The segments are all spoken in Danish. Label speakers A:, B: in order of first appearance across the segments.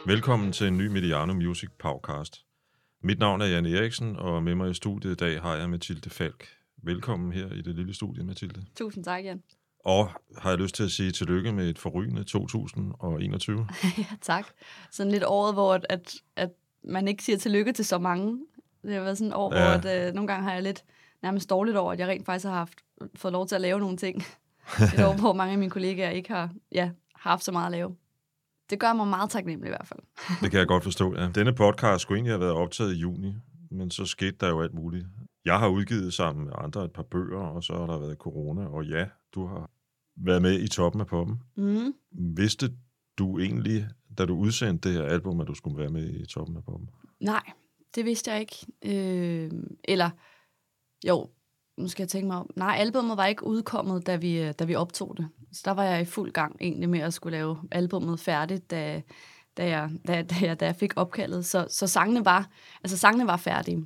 A: Velkommen til en ny Mediano Music Podcast. Mit navn er Jan Eriksen, og med mig i studiet i dag har jeg Mathilde Falk. Velkommen her i det lille studie, Mathilde.
B: Tusind tak, Jan.
A: Og har jeg lyst til at sige tillykke med et forrygende 2021.
B: Ja, tak. Sådan lidt året, hvor at man ikke siger tillykke til så mange. Det har været sådan et år, hvor nogle gange har jeg lidt nærmest dårligt over, at jeg rent faktisk har fået lov til at lave nogle ting. Et år, hvor mange af mine kollegaer ikke har haft så meget at lave. Det gør mig meget taknemmelig i hvert fald.
A: Det kan jeg godt forstå, ja. Denne podcast skulle egentlig have været optaget i juni, men så skete der jo alt muligt. Jeg har udgivet sammen med andre et par bøger, og så har der været corona, og ja, du har været med i toppen af poppen.
B: Mm.
A: Vidste du egentlig, da du udsendte det her album, at du skulle være med i toppen af poppen?
B: Nej, det vidste jeg ikke. Eller, jo, nu skal jeg tænke mig om. Nej, albumet var ikke udkommet, da vi optog det. Så der var jeg i fuld gang egentlig med at skulle lave albumet færdigt, da jeg fik opkaldet. Så sangene var færdige,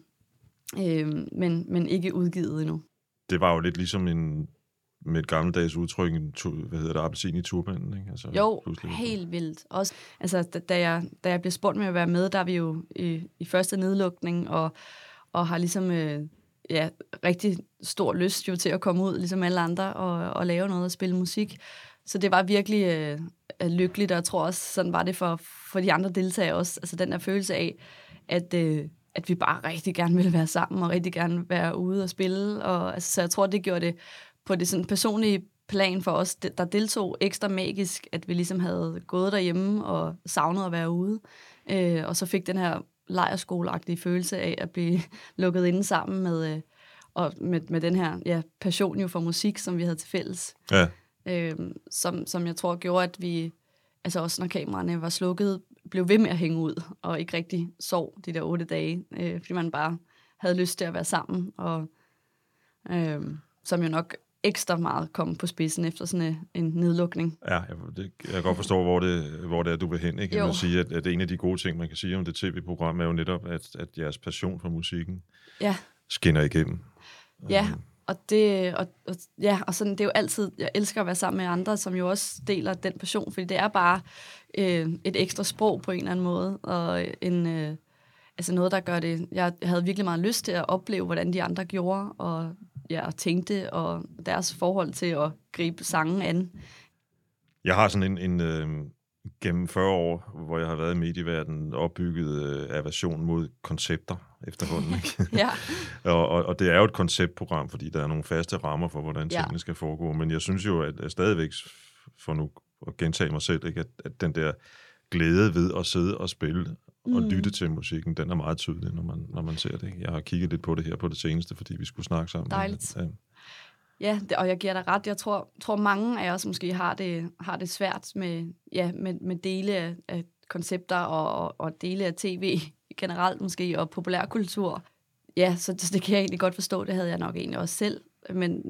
B: men ikke udgivet endnu.
A: Det var jo lidt ligesom med et gammeldags udtryk, appelsin i turbanen, ikke? Altså,
B: jo, helt vildt. Også, altså, da jeg blev spurgt med at være med, der er vi jo i første nedlukning, og har ligesom rigtig stor lyst jo til at komme ud, ligesom alle andre, og lave noget og spille musik. Så det var virkelig lykkeligt, og jeg tror også, sådan var det for de andre deltagere også. Altså den der følelse af, at vi bare rigtig gerne ville være sammen, og rigtig gerne være ude og spille. Og, altså, så jeg tror, det gjorde det på det sådan personlige plan for os, der deltog ekstra magisk, at vi ligesom havde gået derhjemme og savnet at være ude. Og så fik den her lejrskoleagtige følelse af at blive lukket inde sammen med den her passion jo for musik, som vi havde til fælles.
A: Ja.
B: Som jeg tror gjorde, at vi, altså også når kameraerne var slukket, blev ved med at hænge ud, og ikke rigtig sov de der 8 dage, fordi man bare havde lyst til at være sammen, og som jo nok ekstra meget kom på spidsen efter sådan en nedlukning.
A: Ja, jeg kan godt forstå, hvor det er, du vil hen. Ikke? Jeg vil sige, at en af de gode ting, man kan sige om det tv-program, er jo netop, at jeres passion for musikken skinner igennem.
B: Ja, og sådan, det er jo altid, jeg elsker at være sammen med andre, som jo også deler den passion, fordi det er bare et ekstra sprog på en eller anden måde, og altså noget, der gør det. Jeg havde virkelig meget lyst til at opleve, hvordan de andre gjorde, og tænkte, og deres forhold til at gribe sangen an.
A: Jeg har sådan en gennem 40 år, hvor jeg har været i medieverdenen, opbygget aversion mod koncepter efterhånden. Ikke?
B: Ja.
A: og det er jo et konceptprogram, fordi der er nogle faste rammer for, hvordan tingene skal foregå. Men jeg synes jo, at stadigvæk, for nu at gentage mig selv, ikke, at den der glæde ved at sidde og spille og lytte til musikken, den er meget tydelig, når man ser det. Ikke? Jeg har kigget lidt på det her på det seneste, fordi vi skulle snakke sammen.
B: Dejligt. Ja, og jeg giver dig ret. Jeg tror mange af os måske har det svært med dele af koncepter og dele af tv generelt måske, og populærkultur. Ja, så det kan jeg egentlig godt forstå. Det havde jeg nok egentlig også selv. Men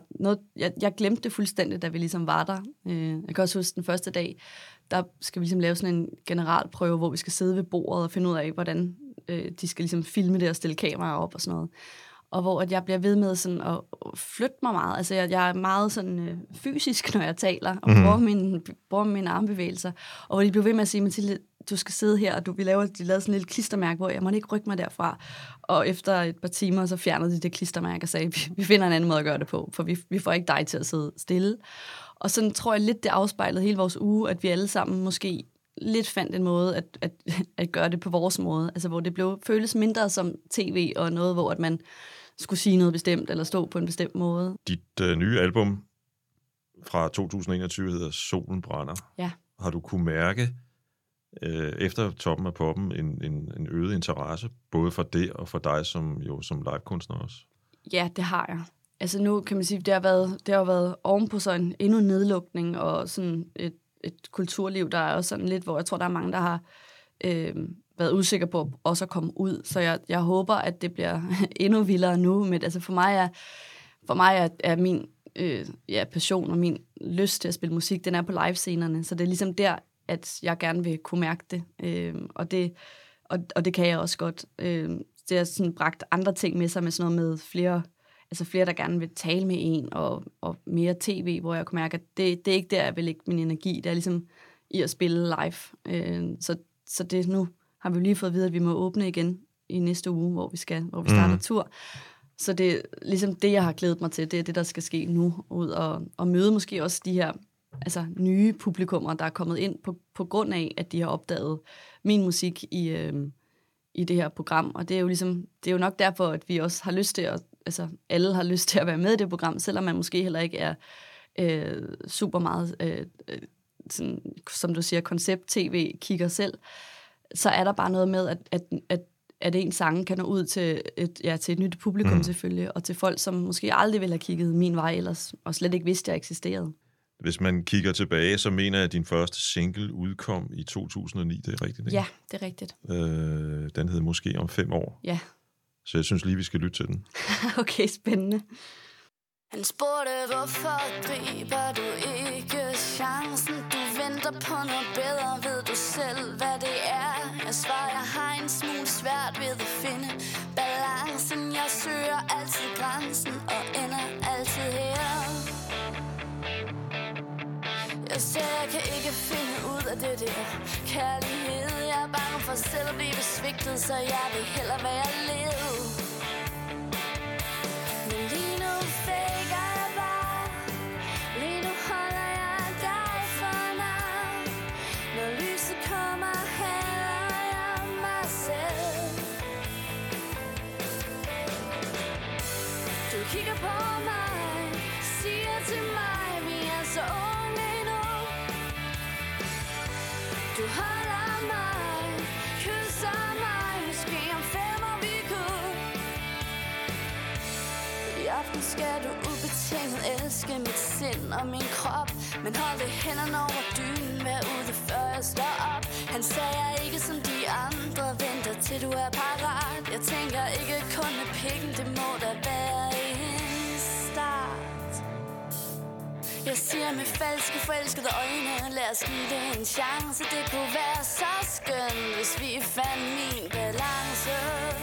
B: jeg glemte det fuldstændig, da vi ligesom var der. Jeg kan også huske den første dag, der skal vi ligesom lave sådan en generalprøve, hvor vi skal sidde ved bordet og finde ud af, hvordan de skal ligesom filme det og stille kameraer op og sådan noget. Og hvor at jeg bliver ved med sådan at flytte mig meget. Altså jeg er meget sådan fysisk, når jeg taler, og bruger mine armbevægelser. Og hvor de blev ved med at sige, Mathilde, du skal sidde her, og de lavede sådan en lille klistermærke, hvor jeg måtte ikke rykke mig derfra. Og efter et par timer, så fjernede de det klistermærke og sagde, vi finder en anden måde at gøre det på, for vi får ikke dig til at sidde stille. Og sådan tror jeg lidt, det afspejlede hele vores uge, at vi alle sammen måske lidt fandt en måde at gøre det på vores måde. Altså hvor det føles mindre som tv, og noget, hvor at man skulle sige noget bestemt, eller stå på en bestemt måde.
A: Dit nye album fra 2021 hedder Solen brænder.
B: Ja.
A: Har du kunne mærke, efter toppen af poppen, en øget interesse, både for det og for dig som livekunstner også?
B: Ja, det har jeg. Altså nu kan man sige, det har været oven på sådan endnu en nedlukning, og sådan et kulturliv, der er også sådan lidt, hvor jeg tror, der er mange, der har været usikre på også at komme ud. Så jeg håber, at det bliver endnu vildere nu. Men altså for mig er min passion og min lyst til at spille musik, den er på livescenerne. Så det er ligesom der, at jeg gerne vil kunne mærke det. Og det kan jeg også godt. Det har sådan bragt andre ting med sig, med sådan noget med flere, der gerne vil tale med en, og mere tv, hvor jeg kunne mærke, at det er ikke der, jeg vil lægge min energi. Det er ligesom i at spille live. så det nu har vi lige fået at vide, at vi må åbne igen i næste uge, hvor vi starter tur. Så det er ligesom det, jeg har glædet mig til. Det er det, der skal ske nu, ud og møde måske også de her nye publikummer, der er kommet ind på grund af, at de har opdaget min musik i det her program. Og det er jo nok derfor, at vi også har lyst til at, alle har lyst til at være med i det program, selvom man måske heller ikke er super meget, sådan, som du siger, koncept-tv-kigger selv, så er der bare noget med, at en sang kan nå ud til et nyt publikum selvfølgelig, og til folk, som måske aldrig ville have kigget min vej ellers, og slet ikke vidste, jeg eksisterede.
A: Hvis man kigger tilbage, så mener jeg, at din første single udkom i 2009, det er rigtigt, ikke?
B: Ja, det er rigtigt.
A: Den hed Måske om 5 år.
B: Ja.
A: Så jeg synes lige, vi skal lytte til den.
B: Okay, spændende.
C: Han spurgte, hvorfor griber du ikke chancen? Du venter på noget bedre, ved du selv, hvad det er? Jeg svarer, jeg har en smule svært ved at finde balancen. Jeg søger altid grænsen og ender altid her. Jeg siger, jeg kan ikke finde ud af det der kærlighed. Jeg er bange for selv at blive svigtet, så jeg vil hellere være led. Men lige nu faker jeg bare. Lige nu holder jeg dig for navn. Når lyset kommer, hader jeg mig selv. Du kigger på mig, siger til mig, vi er så unge endnu. Du holder mig, kysser mig, måske om 5 år vi kunne. I aften skal du ubetinget elske mit sind og min krop. Men hold det hænderne over dynen, vær ude før jeg står op. Han sagde jeg ikke som de andre, venter til du er parat. Jeg tænker ikke kun med pikken, det må da være en start. Jeg siger med falske forelskede øjne, lad os give det en chance. Det kunne være så skønt, hvis vi fandt min balance.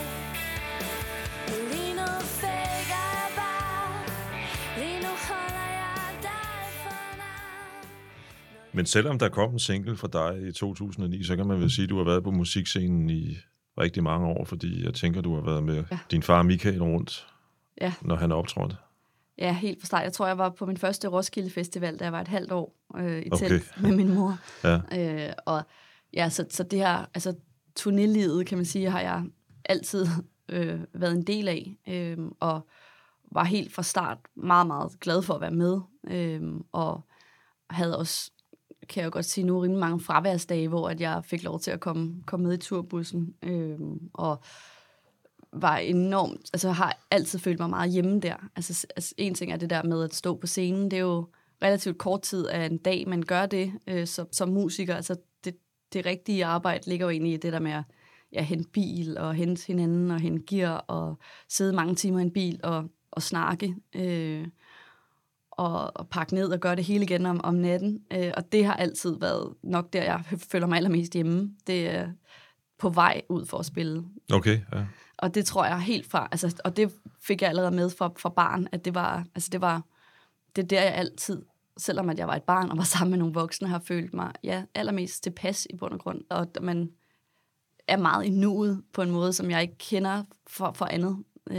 C: Men lige nu faker jeg bare. Lige nu holder jeg dig for navn.
A: Men selvom der kom en single fra dig i 2009, så kan man vel sige, at du har været på musikscenen i rigtig mange år, fordi jeg tænker, du har været med din far Michael rundt, når han optrådte.
B: Ja, helt fra start. Jeg tror, jeg var på min første Roskilde Festival, da jeg var et halvt år i telt med min mor.
A: Ja.
B: Og ja, så det her, turnélivet, kan man sige, har jeg altid været en del af, og var helt fra start meget, meget glad for at være med, og havde også, kan jeg godt sige nu, rimelig mange fraværsdage, hvor at jeg fik lov til at komme med i turbussen, og var enormt, har altid følt mig meget hjemme der. En ting er det der med at stå på scenen, det er jo relativt kort tid af en dag, man gør det som musiker. Det rigtige arbejde ligger jo egentlig i det der med at hente bil og hente hinanden og hente gear og sidde mange timer i en bil og snakke og pakke ned og gøre det hele igen om natten. Og det har altid været nok der, jeg føler mig allermest hjemme. Det er på vej ud for at spille.
A: Okay, ja.
B: Og det tror jeg helt fra, og det fik jeg allerede med fra barn, at det er der jeg altid, selvom at jeg var et barn og var sammen med nogle voksne, har følt mig allermest tilpas i bund og grund. Og man er meget i nuet på en måde, som jeg ikke kender for andet.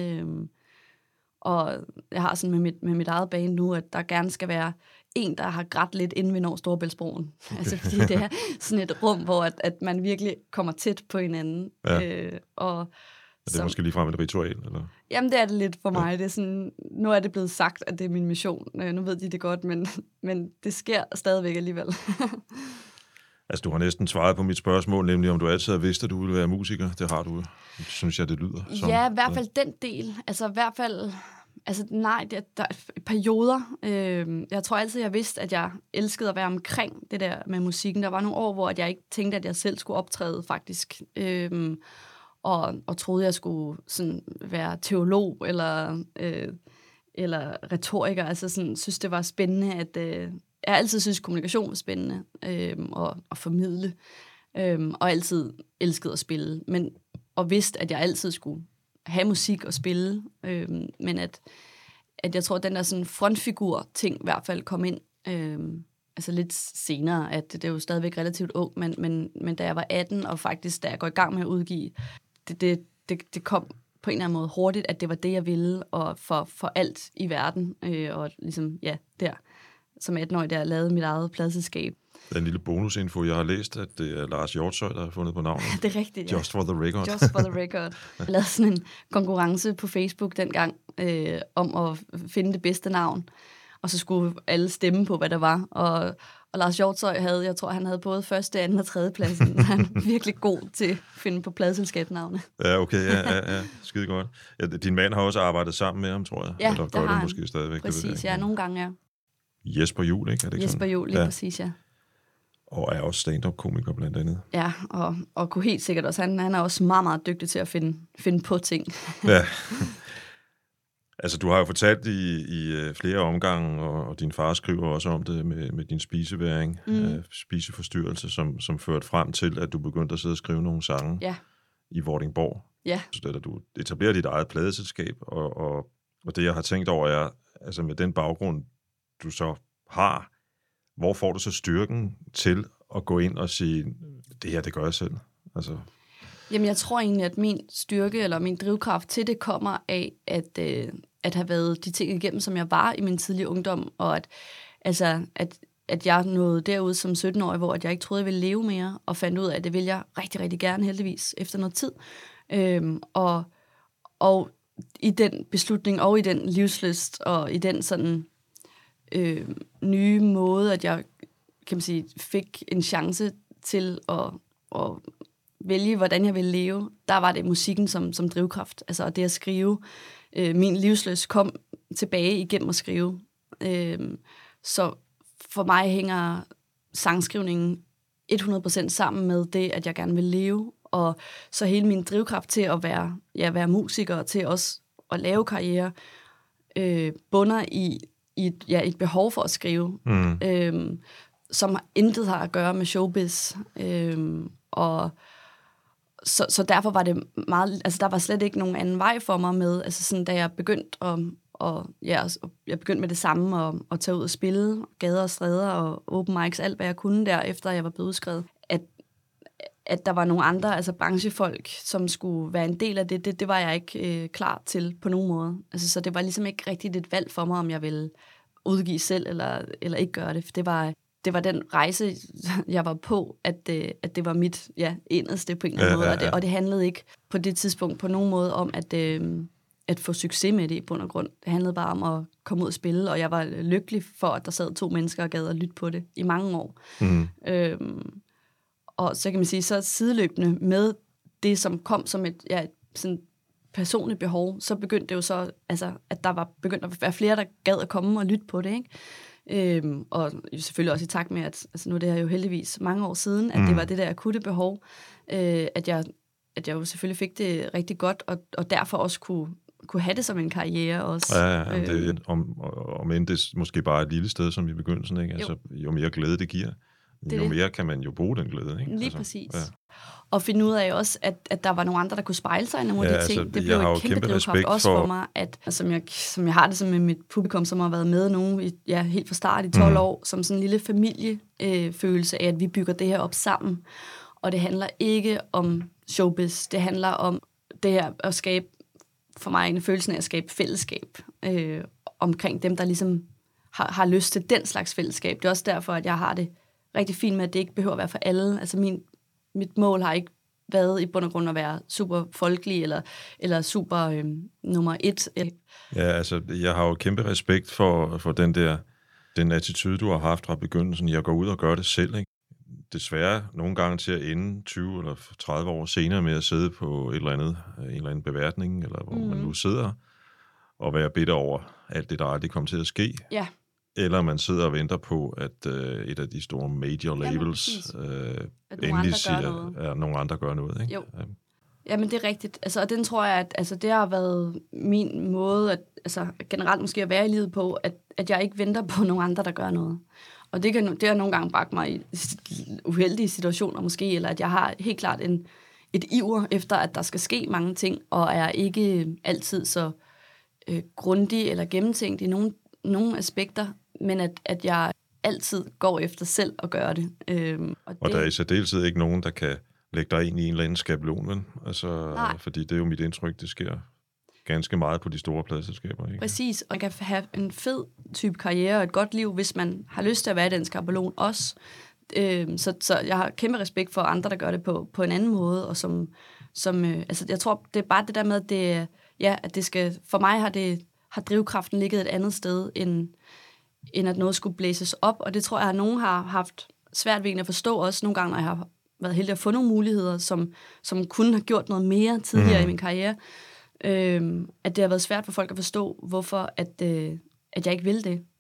B: Og jeg har sådan med mit eget band nu, at der gerne skal være en, der har grædt lidt, inden vi når Storebæltsbroen. Okay. Fordi det er sådan et rum, hvor at man virkelig kommer tæt på hinanden.
A: Ja. Er det måske ligefrem et ritual? Eller?
B: Jamen, det er det lidt for mig. Det er sådan, nu er det blevet sagt, at det er min mission. Nu ved de det godt, men det sker stadigvæk alligevel.
A: Du har næsten svaret på mit spørgsmål, nemlig om du altid har vidst, at du ville være musiker. Det har du, synes jeg, det lyder som.
B: Ja, i hvert fald den del. I hvert fald. Nej, der er perioder. Jeg tror altid, jeg vidste, at jeg elskede at være omkring det der med musikken. Der var nogle år, hvor jeg ikke tænkte, at jeg selv skulle optræde, faktisk. Og troede, jeg skulle sådan være teolog eller retoriker. Synes, det var spændende, at jeg altid synes, kommunikation var spændende at formidle. Og altid elskede at spille. Og vidste, at jeg altid skulle have musik og spille. Men at jeg tror, at den der sådan frontfigur-ting i hvert fald kom ind altså lidt senere, at det er jo stadigvæk relativt ung, men da jeg var 18, og faktisk da jeg går i gang med at udgive, det kom på en eller anden måde hurtigt, at det var det, jeg ville, og for alt i verden, og ligesom, ja, der, som 18-årig, der lavede mit eget pladeselskab.
A: Der er en lille bonusinfo. Jeg har læst, at det er Lars Hjortshøj, der har fundet på navnet.
B: Det er rigtigt, ja.
A: Just for the record.
B: Just for the record. Jeg lavede sådan en konkurrence på Facebook dengang, om at finde det bedste navn. Og så skulle alle stemme på, hvad der var. Og Lars Hjortshøj havde, jeg tror, han havde både første, anden og tredje pladsen. Han er virkelig god til at finde på pladeselskabsnavne.
A: Ja, okay, ja. Skide godt. Ja, din mand har også arbejdet sammen med ham, tror jeg.
B: Ja,
A: eller
B: det har han.
A: Måske stadigvæk.
B: Præcis, ja, nogle gange, ja.
A: Jesper Juhl, ikke? Er det ikke
B: Jesper Juhl, lige præcis, ja.
A: Og er også stand-up-komiker blandt andet.
B: Ja, og kunne helt sikkert også. Han er også meget, meget dygtig til at finde på ting.
A: Ja. Altså, du har jo fortalt i flere omgange, og din far skriver også om det med din spiseværing, spiseforstyrrelse, som førte frem til, at du begyndte at sidde og skrive nogle sange i Vordingborg.
B: Ja.
A: Så det, at du etablerer dit eget pladeselskab, og det, jeg har tænkt over, er, altså med den baggrund, du så har, hvor får du så styrken til at gå ind og sige, det her, det gør jeg selv? Altså...
B: Jamen, jeg tror egentlig, at min styrke eller min drivkraft til det kommer af, at have været de ting igennem, som jeg var i min tidlige ungdom, og at jeg nåede derud som 17-årig, hvor jeg ikke troede, jeg ville leve mere, og fandt ud af, at det ville jeg rigtig, rigtig gerne heldigvis efter noget tid. Og i den beslutning, og i den livslyst, og i den sådan nye måde, at jeg, kan man sige, fik en chance til at vælge, hvordan jeg ville leve, der var det musikken som drivkraft. Altså, og det at skrive. Min livslyst kom tilbage igennem at skrive. Så for mig hænger sangskrivningen 100% sammen med det, at jeg gerne vil leve. Og så hele min drivkraft til at være musiker, og til også at lave karriere, bunder i et behov for at skrive, som intet har at gøre med showbiz. Og så derfor var det meget, altså der var slet ikke nogen anden vej for mig med, altså sådan, da jeg begyndte jeg begyndte med det samme, at tage ud og spille, gader og stræder og open mics, alt hvad jeg kunne der, efter jeg var blevet udskrevet, at der var nogle andre, altså branchefolk, som skulle være en del af det var jeg ikke klar til på nogen måde. Altså, så det var ligesom ikke rigtigt et valg for mig, om jeg ville udgive selv, eller ikke gøre det. Det var den rejse, jeg var på, at det var mit inderste på en eller anden måde. Og det handlede ikke på det tidspunkt på nogen måde om at få succes med det i bund og grund. Det handlede bare om at komme ud og spille, og jeg var lykkelig for, at der sad 2 mennesker og gad at lytte på det i mange år. Og så kan man sige, så sideløbende med det, som kom som et sådan personligt behov, så begyndte det jo så, altså, at der var begyndt at være flere, der gad at komme og lytte på det, ikke? Og selvfølgelig også i takt med, at altså nu er det her jo heldigvis mange år siden, at det var det der akutte behov, at jeg jo selvfølgelig fik det rigtig godt, og derfor også kunne have det som en karriere også.
A: Ja, det om end det måske bare et lille sted, som i begyndelsen, ikke? Altså, jo mere glæde det giver, jo mere kan man jo bruge den glæde, ikke?
B: Lige præcis. Ja. Og finde ud af også, at der var nogle andre, der kunne spejle sig i nogle af de ting.
A: Altså,
B: det blev et kæmpe drivkraft også for mig, at som jeg har det som med mit publikum, som har været med nu helt fra start i 12 år, som sådan en lille familiefølelse af, at vi bygger det her op sammen. Og det handler ikke om showbiz. Det handler om det her at skabe, for mig en følelse af at skabe fællesskab omkring dem, der ligesom har lyst til den slags fællesskab. Det er også derfor, at jeg har det rigtig fint med, at det ikke behøver at være for alle. Altså mit mål har ikke været i bund og grund at være super folkelig eller super nummer 1.
A: Ja, altså jeg har jo kæmpe respekt for den attitude, du har haft fra begyndelsen. Jeg går ud og gør det selv, ikke? Desværre nogle gange til at ende 20 eller 30 år senere med at sidde på en eller anden beværtning, eller hvor man nu sidder, og være bitter over alt det, der aldrig kom til at ske. Ja. Eller man sidder og venter på, at et af de store major labels endelig siger, at nogle andre gør noget. Ikke?
B: Jo. Jamen, det er rigtigt. Altså, og den tror jeg, at det har været min måde, at generelt måske at være i livet på, at jeg ikke venter på nogle andre, der gør noget. Og det har nogle gange bragt mig i uheldige situationer måske, eller at jeg har helt klart et iver efter, at der skal ske mange ting, og er ikke altid så grundig eller gennemtænkt i nogle aspekter, men at jeg altid går efter selv at gøre det.
A: Og der er i særdeleshed ikke nogen, der kan lægge dig ind i en eller anden skabelon, vel? Altså, fordi det er jo mit indtryk, det sker ganske meget på de store pladeselskaber. Ikke?
B: Præcis, og man kan have en fed type karriere og et godt liv, hvis man har lyst til at være i den skabelon også. Så jeg har kæmpe respekt for andre, der gør det på en anden måde, og altså jeg tror, det er bare det der med, at det skal, for mig har drivkraften ligget et andet sted, end at noget skulle blæses op, og det tror jeg, at nogen har haft svært ved at forstå også nogle gange, når jeg har været heldig at få nogle muligheder, som kunne have gjort noget mere tidligere i min karriere, at det har været svært for folk at forstå, hvorfor at jeg ikke vil det.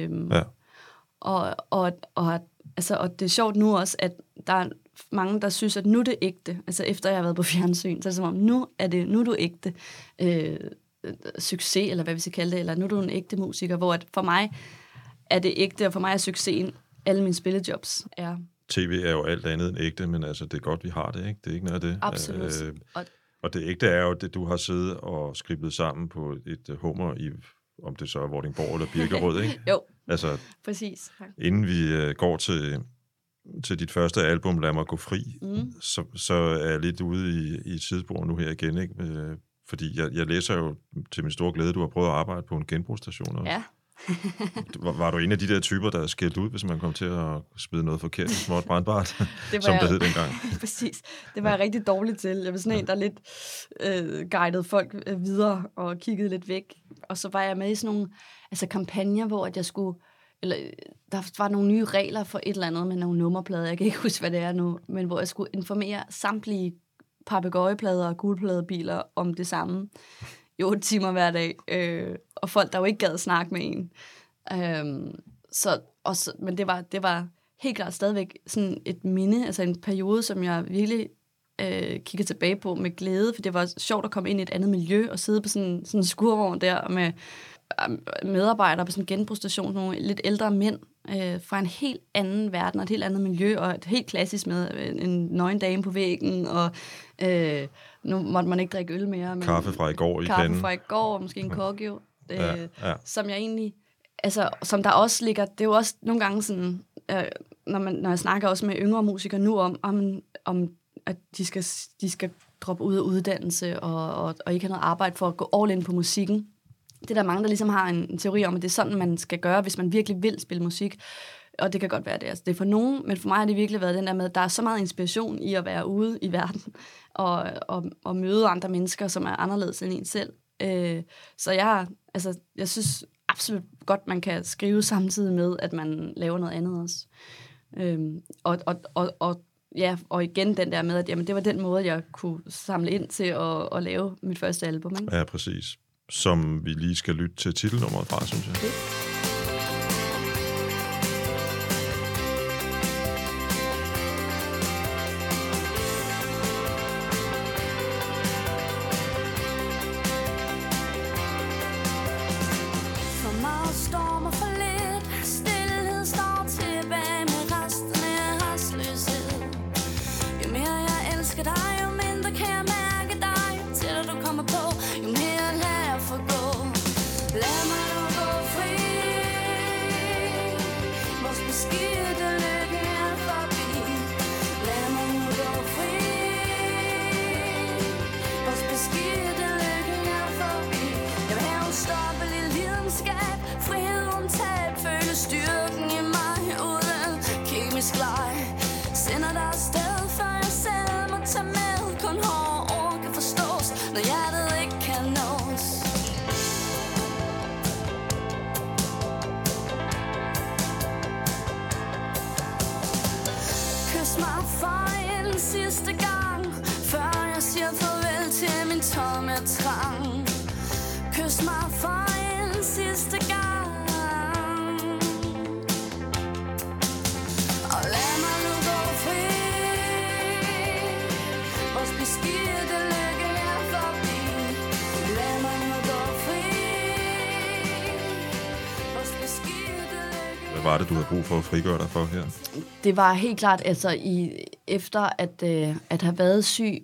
B: Og det er sjovt nu også, at der er mange, der synes, at nu er det ægte. Altså efter jeg har været på fjernsyn, så er det som om, nu er du ægte succes, eller hvad vi skal kalde det, eller nu er du en ægte musiker, hvor at for mig er det ægte, og for mig er succesen alle mine spillejobs er.
A: TV er jo alt andet end ægte, men altså det er godt, vi har det, ikke? Det er ikke noget af det.
B: Absolut.
A: Og det ægte er jo det, du har siddet og skriblet sammen på et hummer i, om det så er Vordingborg eller Birkerød, ikke?
B: Jo,
A: altså,
B: præcis.
A: Inden vi går til dit første album, Lad mig gå fri, så er jeg lidt ude i et sidespor nu her igen, ikke? Fordi jeg læser jo til min store glæde, du har prøvet at arbejde på en genbrugsstation også.
B: Ja.
A: Var du en af de der typer, der skældte ud, hvis man kom til at smide noget forkert i småt brandbart, som det hed dengang?
B: Præcis. Det var jeg rigtig dårlig til. Jeg var sådan en, der lidt guidede folk videre og kiggede lidt væk. Og så var jeg med i sådan nogle kampagner, hvor at jeg skulle... Eller der var nogle nye regler for et eller andet med nogle nummerplader. Jeg kan ikke huske, hvad det er nu. Men hvor jeg skulle informere samtlige papegøjeplader og gulpladebiler om det samme i 8 timer hver dag. Og folk, der jo ikke gad snakke med en. Men det var helt klart stadigvæk sådan et minde, altså en periode, som jeg virkelig kigger tilbage på med glæde, for det var sjovt at komme ind i et andet miljø og sidde på sådan en skurvogn der med medarbejdere på sådan en genbrugsstation, nogle lidt ældre mænd fra en helt anden verden og et helt andet miljø, og et helt klassisk med en nøgen dame på væggen, og nu måtte man ikke drikke øl mere. Men
A: kaffe fra i går i
B: kaffe
A: kanden.
B: fra i går, og måske en kokjo.
A: Ja.
B: Som jeg egentlig... Altså, som der også ligger... Det er jo også nogle gange sådan... Når jeg snakker også med yngre musikere nu om at de skal droppe ud af uddannelse og ikke have noget arbejde for at gå all in på musikken. Det er der mange, der ligesom har en teori om, at det er sådan, man skal gøre, hvis man virkelig vil spille musik. Og det kan godt være det. Altså, det er for nogen, men for mig har det virkelig været den der med, at der er så meget inspiration i at være ude i verden og møde andre mennesker, som er anderledes end en selv. Så jeg synes absolut godt, man kan skrive samtidig med, at man laver noget andet også. Og igen den der med, at jamen, det var den måde, jeg kunne samle ind til at lave mit første album. Ikke?
A: Ja, præcis. Som vi lige skal lytte til titelnummeret fra, synes jeg. Okay. Hvad var det, du havde brug for at frigøre dig for her?
B: Det var helt klart, altså efter at have været syg,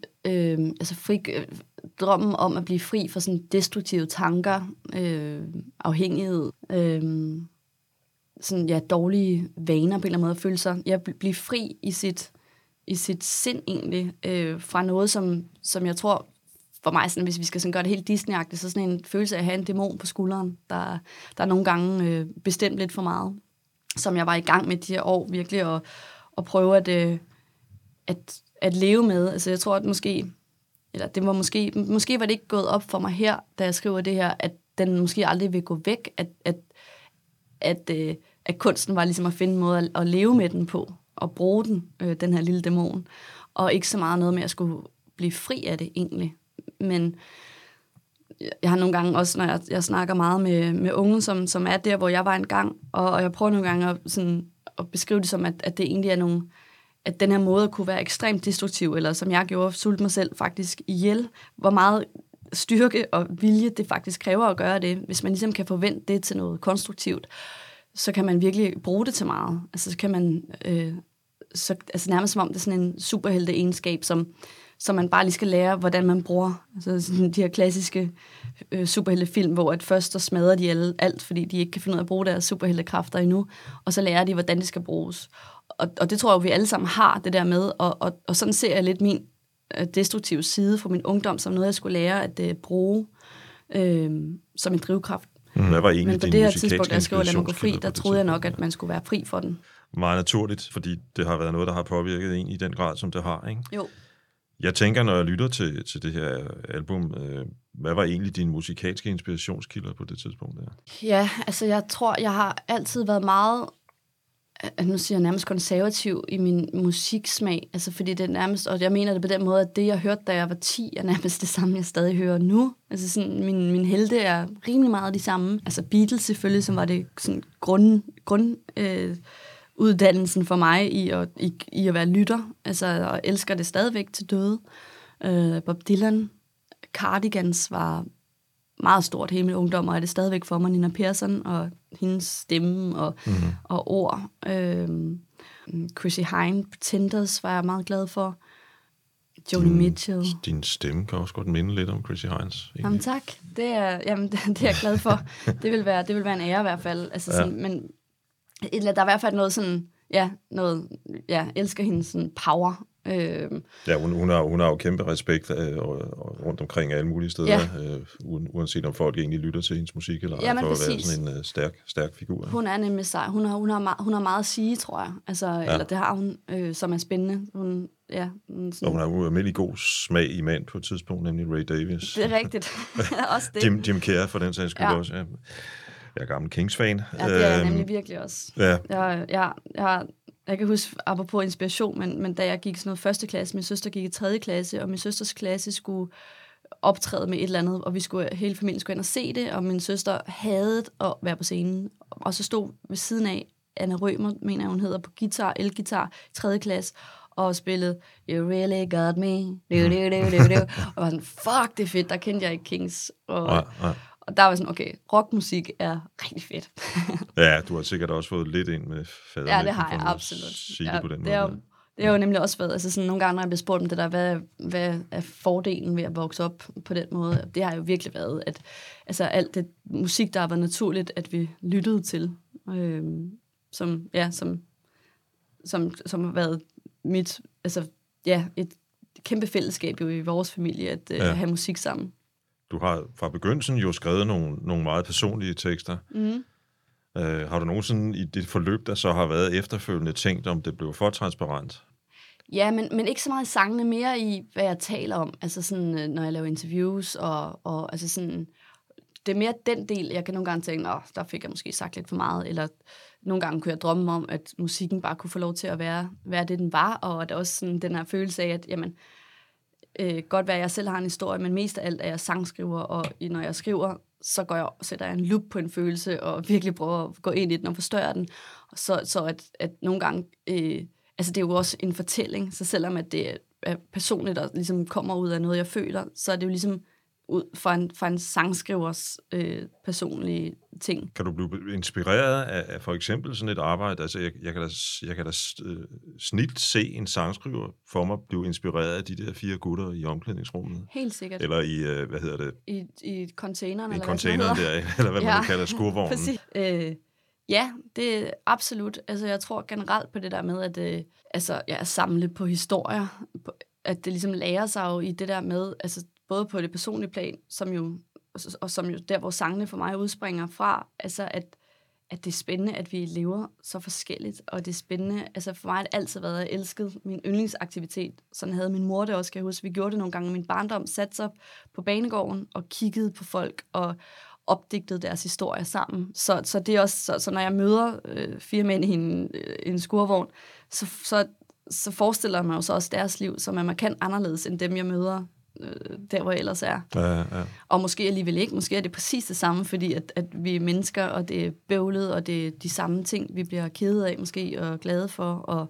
B: drømmen om at blive fri for sådan destruktive tanker, afhængighed, sådan, ja, dårlige vaner på en eller anden måde, at føle sig, blive fri i sit sind egentlig, fra noget, som jeg tror, for mig, sådan, hvis vi skal sådan gøre det helt Disney-agtigt, så sådan en følelse af at have en dæmon på skulderen, der nogle gange bestemt lidt for meget, som jeg var i gang med de her år, virkelig at prøve at leve med. Altså jeg tror, at måske var det ikke gået op for mig her, da jeg skriver det her, at den måske aldrig vil gå væk, at kunsten var ligesom at finde en måde at leve med den på, og bruge den her lille dæmon, og ikke så meget noget med at skulle blive fri af det egentlig. Men jeg har nogle gange også, når jeg snakker meget med unge, som er der, hvor jeg var engang, og jeg prøver nogle gange at beskrive det som, at det egentlig er at den her måde kunne være ekstremt destruktiv, eller som jeg gjorde, sulte mig selv faktisk ihjel, hvor meget styrke og vilje det faktisk kræver at gøre det. Hvis man ligesom kan forvente det til noget konstruktivt, så kan man virkelig bruge det til meget. Altså så kan man, nærmest som om det er sådan en superhelte-egenskab, som man bare lige skal lære, hvordan man bruger. Altså sådan de her klassiske superheltefilm, hvor at først så smadrer de alt, fordi de ikke kan finde ud af at bruge deres superheltekræfter endnu, og så lærer de, hvordan det skal bruges. Og det tror jeg, vi alle sammen har, det der med, og sådan ser jeg lidt min destruktive side fra min ungdom, som noget, jeg skulle lære at bruge som en drivkraft.
A: Hvad var egentlig
B: men på det her tidspunkt, da jeg skrev Lad mig gå fri, der troede jeg nok, at man skulle være fri for den.
A: Meget naturligt, fordi det har været noget, der har påvirket en i den grad, som det har, ikke?
B: Jo.
A: Jeg tænker, når jeg lytter til det her album, hvad var egentlig dine musikalske inspirationskilder på det tidspunkt der?
B: Ja, altså jeg tror, jeg har altid været meget, nu siger jeg nærmest konservativ i min musiksmag, altså fordi det er nærmest, og jeg mener det på den måde, at det jeg hørte, da jeg var 10, er nærmest det samme, jeg stadig hører nu. Altså sådan, min helte er rimelig meget de samme. Altså Beatles selvfølgelig, som var det sådan uddannelsen for mig i at være lytter, altså og elsker det stadigvæk til døde. Bob Dylan, Cardigans var meget stort hele min ungdom, og er det stadigvæk for mig, Nina Persson og hendes stemme og ord. Chrissy Hynde, Pretenders var jeg meget glad for. Joni Mitchell.
A: Din stemme kan også godt minde lidt om Chrissy Hyndes.
B: Jamen tak, det er jeg glad for. Det vil være en ære i hvert fald. Altså, sådan, men der er i hvert fald noget sådan, jeg elsker hendes sådan power.
A: Ja, hun har jo kæmpe respekt rundt omkring alle mulige steder, uanset om folk egentlig lytter til hendes musik, eller for at være sådan en stærk figur.
B: Hun er nemlig sej. Hun har meget at sige, tror jeg. Altså, eller det har hun, som er spændende. Hun
A: har jo almindelig god smag i mand på et tidspunkt, nemlig Ray Davies.
B: Det er rigtigt. Også det.
A: Jim Carrey for den sags skyld også, ja. Jeg er gammel Kings-fan.
B: Ja, det er jeg nemlig virkelig også.
A: Ja.
B: Jeg kan huske, apropos inspiration, men da jeg gik sådan noget første klasse, min søster gik i 3. klasse, og min søsters klasse skulle optræde med et eller andet, og hele familien skulle ind og se det, og min søster hadede at være på scenen. Og så stod ved siden af Anna Rømer, mener hun hedder, på elguitar, 3. klasse, og spillede You Really Got Me. Og var sådan, fuck, det er fedt, der kendte jeg ikke Kings. Og der var sådan, okay, rockmusik er rigtig fedt.
A: Ja, du har sikkert også fået lidt ind med faderen.
B: Ja, det har jeg absolut.
A: På den
B: måde. Det har jo nemlig også været, altså sådan nogle gange, når jeg bliver spurgt om det der, hvad er fordelen ved at vokse op på den måde? Det har jo virkelig været, at altså alt det musik, der har været naturligt, at vi lyttede til, som har været mit, altså et kæmpe fællesskab jo i vores familie, at have musik sammen.
A: Du har fra begyndelsen jo skrevet nogle meget personlige tekster. Mm. Har du nogensinde i det forløb, der så har været efterfølgende, tænkt om det blev for transparent?
B: Ja, men ikke så meget i sangene, mere i, hvad jeg taler om. Altså sådan, når jeg laver interviews, og altså sådan, det er mere den del, jeg kan nogle gange tænke, der fik jeg måske sagt lidt for meget, eller nogle gange kunne jeg drømme om, at musikken bare kunne få lov til at være det, den var, og at også sådan, den her følelse af, at jamen, godt være, at jeg selv har en historie, men mest af alt er jeg sangskriver, og når jeg skriver, så sætter jeg en loop på en følelse, og virkelig prøver at gå ind i den og forstørre den. Så at nogle gange, altså det er jo også en fortælling, så selvom at det er personligt, der ligesom kommer ud af noget, jeg føler, så er det jo ligesom ud fra en sangskrivers personlige ting.
A: Kan du blive inspireret af for eksempel sådan et arbejde? Altså jeg kan da snilt se en sangskriver for mig blive inspireret af de der 4 gutter i omklædningsrummet.
B: Helt sikkert.
A: Eller i, hvad hedder det?
B: I containeren.
A: I containeren der, eller hvad man kalder skurvognen.
B: Præcis. Ja, det er absolut. Altså, jeg tror generelt på det der med, at samle på historier. At det ligesom lærer sig jo i det der med, altså både på det personlige plan, som jo der, hvor sangene for mig udspringer fra, altså at det er spændende, at vi lever så forskelligt, og det er spændende, altså for mig har det altid været, at jeg elskede min yndlingsaktivitet. Sådan havde min mor det også, kan jeg huske. Vi gjorde det nogle gange i min barndom, satte sig på banegården og kiggede på folk, og opdigtede deres historie sammen. Så det er også, så når jeg møder 4 mænd i en skurvogn, så forestiller jeg mig jo så også deres liv, som er markant anderledes end dem, jeg møder der, hvor jeg ellers er.
A: Ja. Og
B: måske alligevel ikke. Måske er det præcis det samme, fordi at vi er mennesker, og det er bøvlet, og det er de samme ting, vi bliver kede af måske, og glade for, og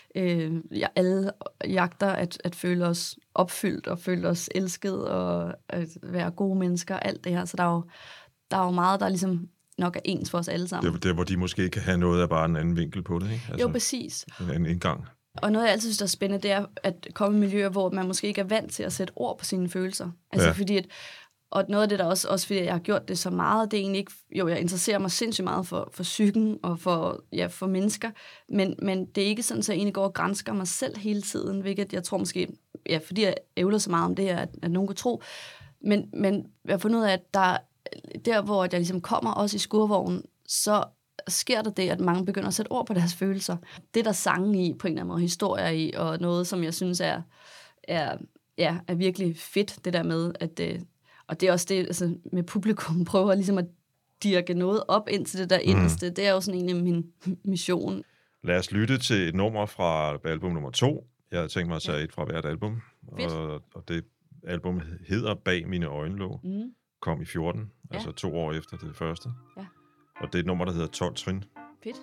B: alle jagter at føle os opfyldt, og føle os elsket, og at være gode mennesker, alt det her. Så der er jo meget, der ligesom nok er ens for os alle sammen.
A: Det er, hvor de måske kan have noget af bare en anden vinkel på det, ikke? Altså,
B: jo, præcis.
A: En anden indgang.
B: Og noget, jeg altid synes, der er spændende, det er at komme i miljøer, hvor man måske ikke er vant til at sætte ord på sine følelser. Altså fordi og noget af det, der også fordi jeg har gjort det så meget, det er egentlig ikke, jo, jeg interesserer mig sindssygt meget for psyken og for mennesker, men det er ikke sådan, at jeg egentlig går og gransker mig selv hele tiden, hvilket jeg tror måske, fordi jeg ævler så meget om det her, at nogen kan tro, men jeg har fundet ud af, at der, hvor jeg ligesom kommer også i skurvognen, så sker der det, at mange begynder at sætte ord på deres følelser. Det der sange i, på en eller anden måde, historier i, og noget, som jeg synes er virkelig fedt, det der med, at og det er også det, altså med publikum prøver ligesom at dirke noget op ind til det der inderste. Det er jo sådan egentlig min mission.
A: Lad os lytte til et nummer fra album nummer 2. Jeg havde tænkt mig at tage et fra hvert album. Og det album hedder Bag mine øjenlåg. Kom i 14, altså 2 år efter det første. Ja. Og det er et nummer, der hedder 12 trin.
B: Fedt.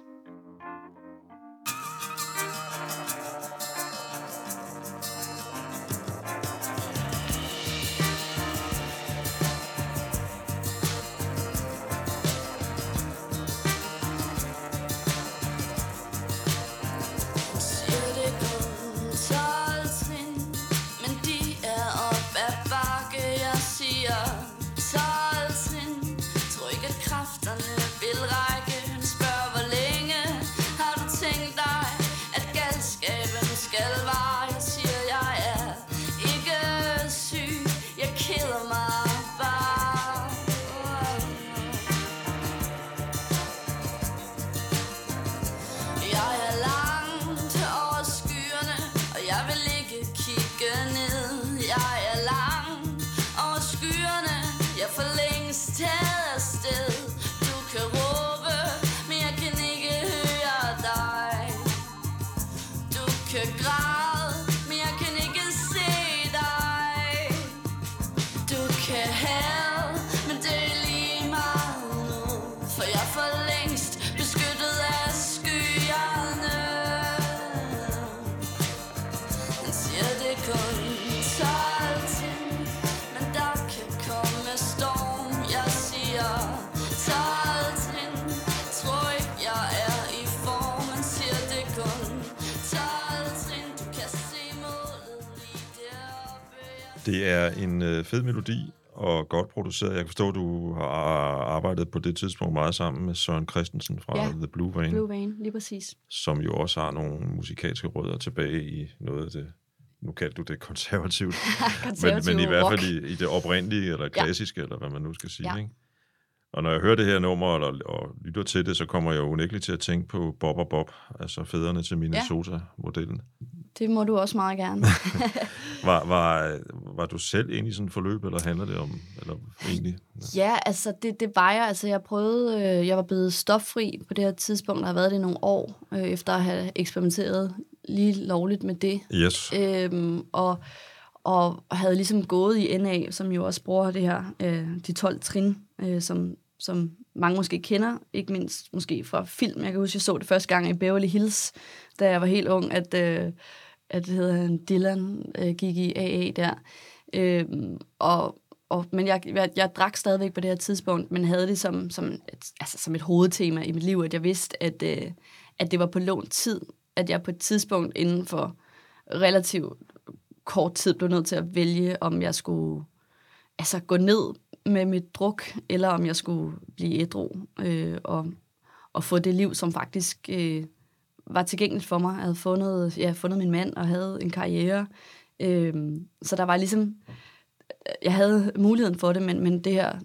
A: Det er en fed melodi og godt produceret. Jeg kan forstå, at du har arbejdet på det tidspunkt meget sammen med Søren Christensen fra The Blue Vein.
B: Blue Vein, lige præcis.
A: Som jo også har nogle musikalske rødder tilbage i noget af det, nu kaldte du det konservativt, men i hvert fald i det oprindelige, eller klassiske, eller hvad man nu skal sige. Ikke? Og når jeg hører det her nummer, og lytter til det, så kommer jeg jo unægteligt til at tænke på Bob og Bob, altså fædrene til Minnesota-modellen.
B: Det må du også meget gerne.
A: Var du selv egentlig i sådan et forløb, eller handler det om, eller egentlig?
B: Ja, altså det var jeg. Altså jeg prøvede, jeg var blevet stoffri på det her tidspunkt, der har været det i nogle år, efter at have eksperimenteret lige lovligt med det.
A: Yes.
B: Og havde ligesom gået i NA, som jo også bruger det her, de 12 trin, som mange måske kender, ikke mindst måske fra film. Jeg kan huske, jeg så det første gang i Beverly Hills, da jeg var helt ung, at det hedder Dylan gik i AA der. Men jeg drak stadigvæk på det her tidspunkt, men havde det som et hovedtema i mit liv, at jeg vidste, at det var på lånt tid, at jeg på et tidspunkt inden for relativt kort tid blev nødt til at vælge, om jeg skulle gå ned med mit druk, eller om jeg skulle blive ædru. at få det liv, som faktisk var tilgængeligt for mig. Jeg havde fundet min mand og havde en karriere. Så der var ligesom, jeg havde muligheden for det, men det her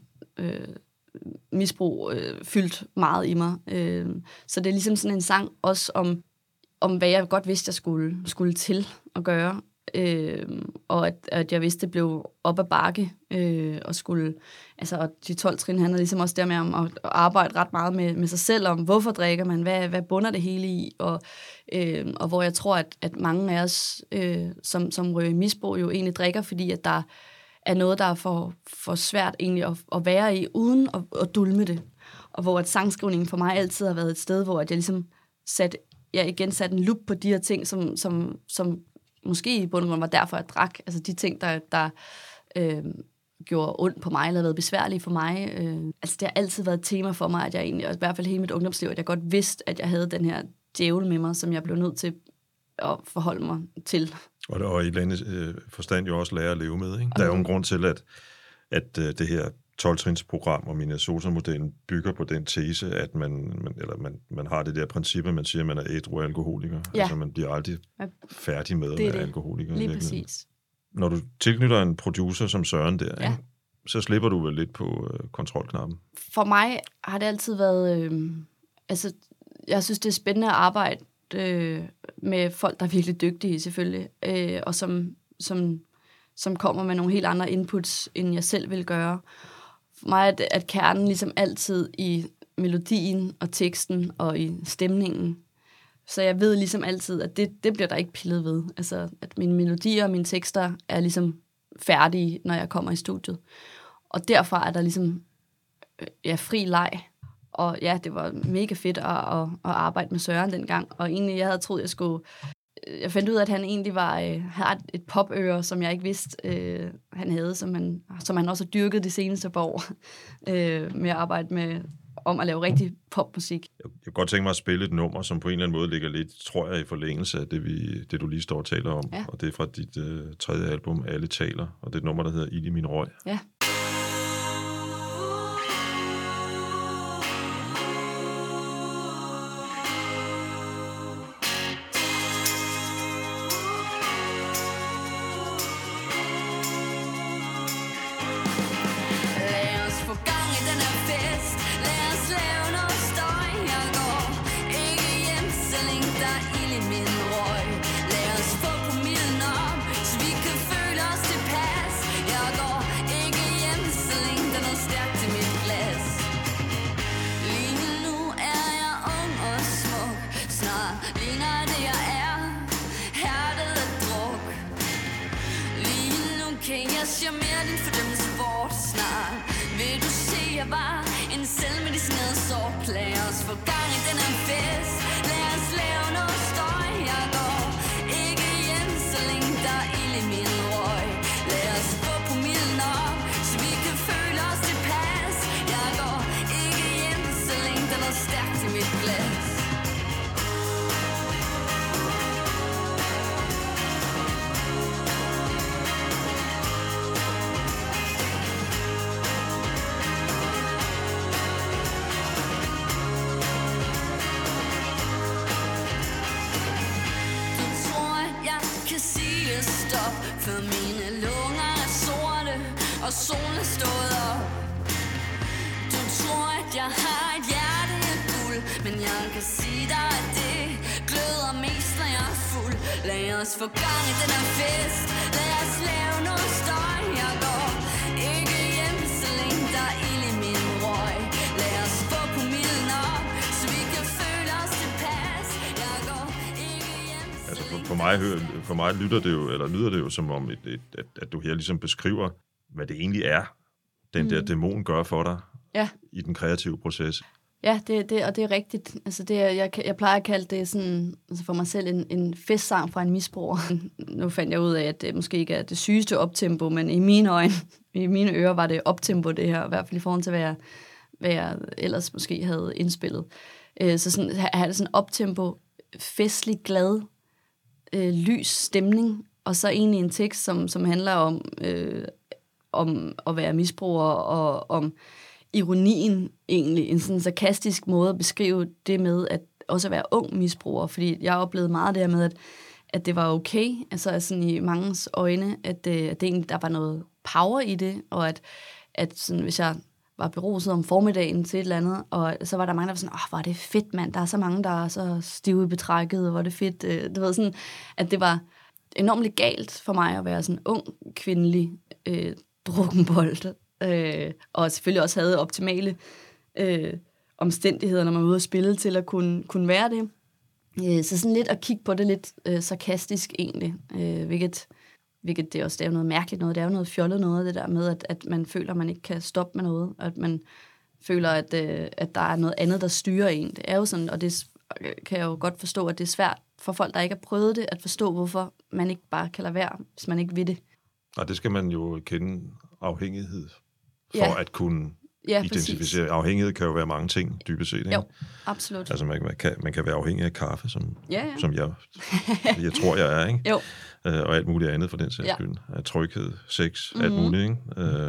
B: misbrug fyldt meget i mig. Så det er ligesom sådan en sang også om hvad jeg godt vidste, jeg skulle til at gøre. Og at jeg vidste, det blev op ad bakke, og skulle, altså, og de 12 trin handler ligesom også der med om at arbejde ret meget med sig selv, om hvorfor drikker man, hvad bunder det hele i, og hvor jeg tror, at mange af os, som ryger i misbrug, jo egentlig drikker, fordi at der er noget, der er for svært egentlig at være i, uden at dulme det. Og hvor at sangskrivningen for mig altid har været et sted, hvor at jeg ligesom satte en lup på de her ting, som måske i bund og grund var derfor, jeg drak. Altså de ting, der gjorde ondt på mig, eller været besværlige for mig. Altså det har altid været et tema for mig, at jeg egentlig, og i hvert fald hele mit ungdomsliv, at jeg godt vidste, at jeg havde den her djævel med mig, som jeg blev nødt til at forholde mig til. Og
A: i et eller andet forstand jo også lære at leve med, ikke? Der er jo en grund til, at det her 12-trinsprogram og Minnesota-modellen bygger på den tese, at man har det der princip, at man siger, at man er ædru alkoholiker. Ja. Altså man bliver aldrig færdig med at være alkoholiker.
B: Lige præcis.
A: Når du tilknytter en producer som Søren der, ikke? Så slipper du vel lidt på kontrolknappen? For
B: mig har det altid været... altså, jeg synes, det er spændende at arbejde med folk, der er virkelig dygtige, selvfølgelig, og som kommer med nogle helt andre inputs, end jeg selv vil gøre. For mig er kernen ligesom altid i melodien og teksten og i stemningen. Så jeg ved ligesom altid, at det bliver der ikke pillet ved. Altså, at mine melodier og mine tekster er ligesom færdige, når jeg kommer i studiet. Og derfra er der ligesom fri leg. Og ja, det var mega fedt at arbejde med Søren dengang. Og egentlig, jeg havde troet, jeg fandt ud af, at han egentlig havde et popøre, som jeg ikke vidste, han havde, som han også har dyrket de seneste par år, med at arbejde om at lave rigtig popmusik.
A: Jeg kunne godt tænke mig at spille et nummer, som på en eller anden måde ligger lidt, tror jeg, i forlængelse af det du lige står og taler om. Ja. Og det er fra dit tredje album, Alle taler, og det er et nummer, der hedder Ild i min røg.
B: Ja.
C: For mine lunger er sorte, og solen er stået op. Du tror, at jeg har et hjerte af guld, men jeg kan sige dig, at det gløder mest, når jeg er fuld. Lad os få gang i den her fest, lad os lave noget støj. Jeg går ikke hjem, så længe der er ild i min røg. Lad os få promillen op, så vi kan føle os tilpas. Jeg går ikke hjem, så
A: altså for mig lyder det jo som om, at du her ligesom beskriver, hvad det egentlig er, den der dæmon gør for dig i den kreative proces.
B: Ja, det er rigtigt. Altså jeg plejer at kalde det sådan, altså for mig selv en festsang fra en misbruger. Nu fandt jeg ud af, at det måske ikke er det sygeste optempo, men i mine øjne, i mine ører var det optempo, det her, i hvert fald i forhold til, hvad jeg ellers måske havde indspillet. Så sådan, have det sådan optempo, festlig, glad, lys stemning, og så egentlig en tekst, som handler om at være misbruger, og om ironien egentlig, en sådan sarkastisk måde at beskrive det med, at også at være ung misbruger, fordi jeg oplevede meget det her med, at det var okay, altså sådan i mangens øjne, at det egentlig, der var noget power i det, og at sådan, hvis jeg var beruset om formiddagen til et eller andet, og så var der mange, der var sådan, hvor er det fedt, mand, der er så mange, der er så stive i betrækket, hvor er det fedt, du ved sådan, at det var enormt legalt for mig at være sådan ung, kvindelig drukkenbold, og selvfølgelig også havde optimale omstændigheder, når man var ude at spille, til at kunne være det. Så sådan lidt at kigge på det lidt sarkastisk egentlig, hvilket det også det er jo noget mærkeligt noget, det er jo noget fjollet noget, det der med, at man føler, at man ikke kan stoppe med noget, at man føler, at der er noget andet, der styrer en. Det er jo sådan, og det kan jeg jo godt forstå, at det er svært for folk, der ikke har prøvet det, at forstå, hvorfor man ikke bare kan lade være, hvis man ikke vil det.
A: Og det skal man jo kende afhængighed for at kunne identificere. Præcis. Afhængighed kan jo være mange ting, dybest set. Ikke?
B: Jo, absolut.
A: Altså man kan være afhængig af kaffe, som jeg tror, jeg er, ikke?
B: Jo.
A: Og alt muligt andet for den sags skyld. Af tryghed, sex, alt muligt, ikke?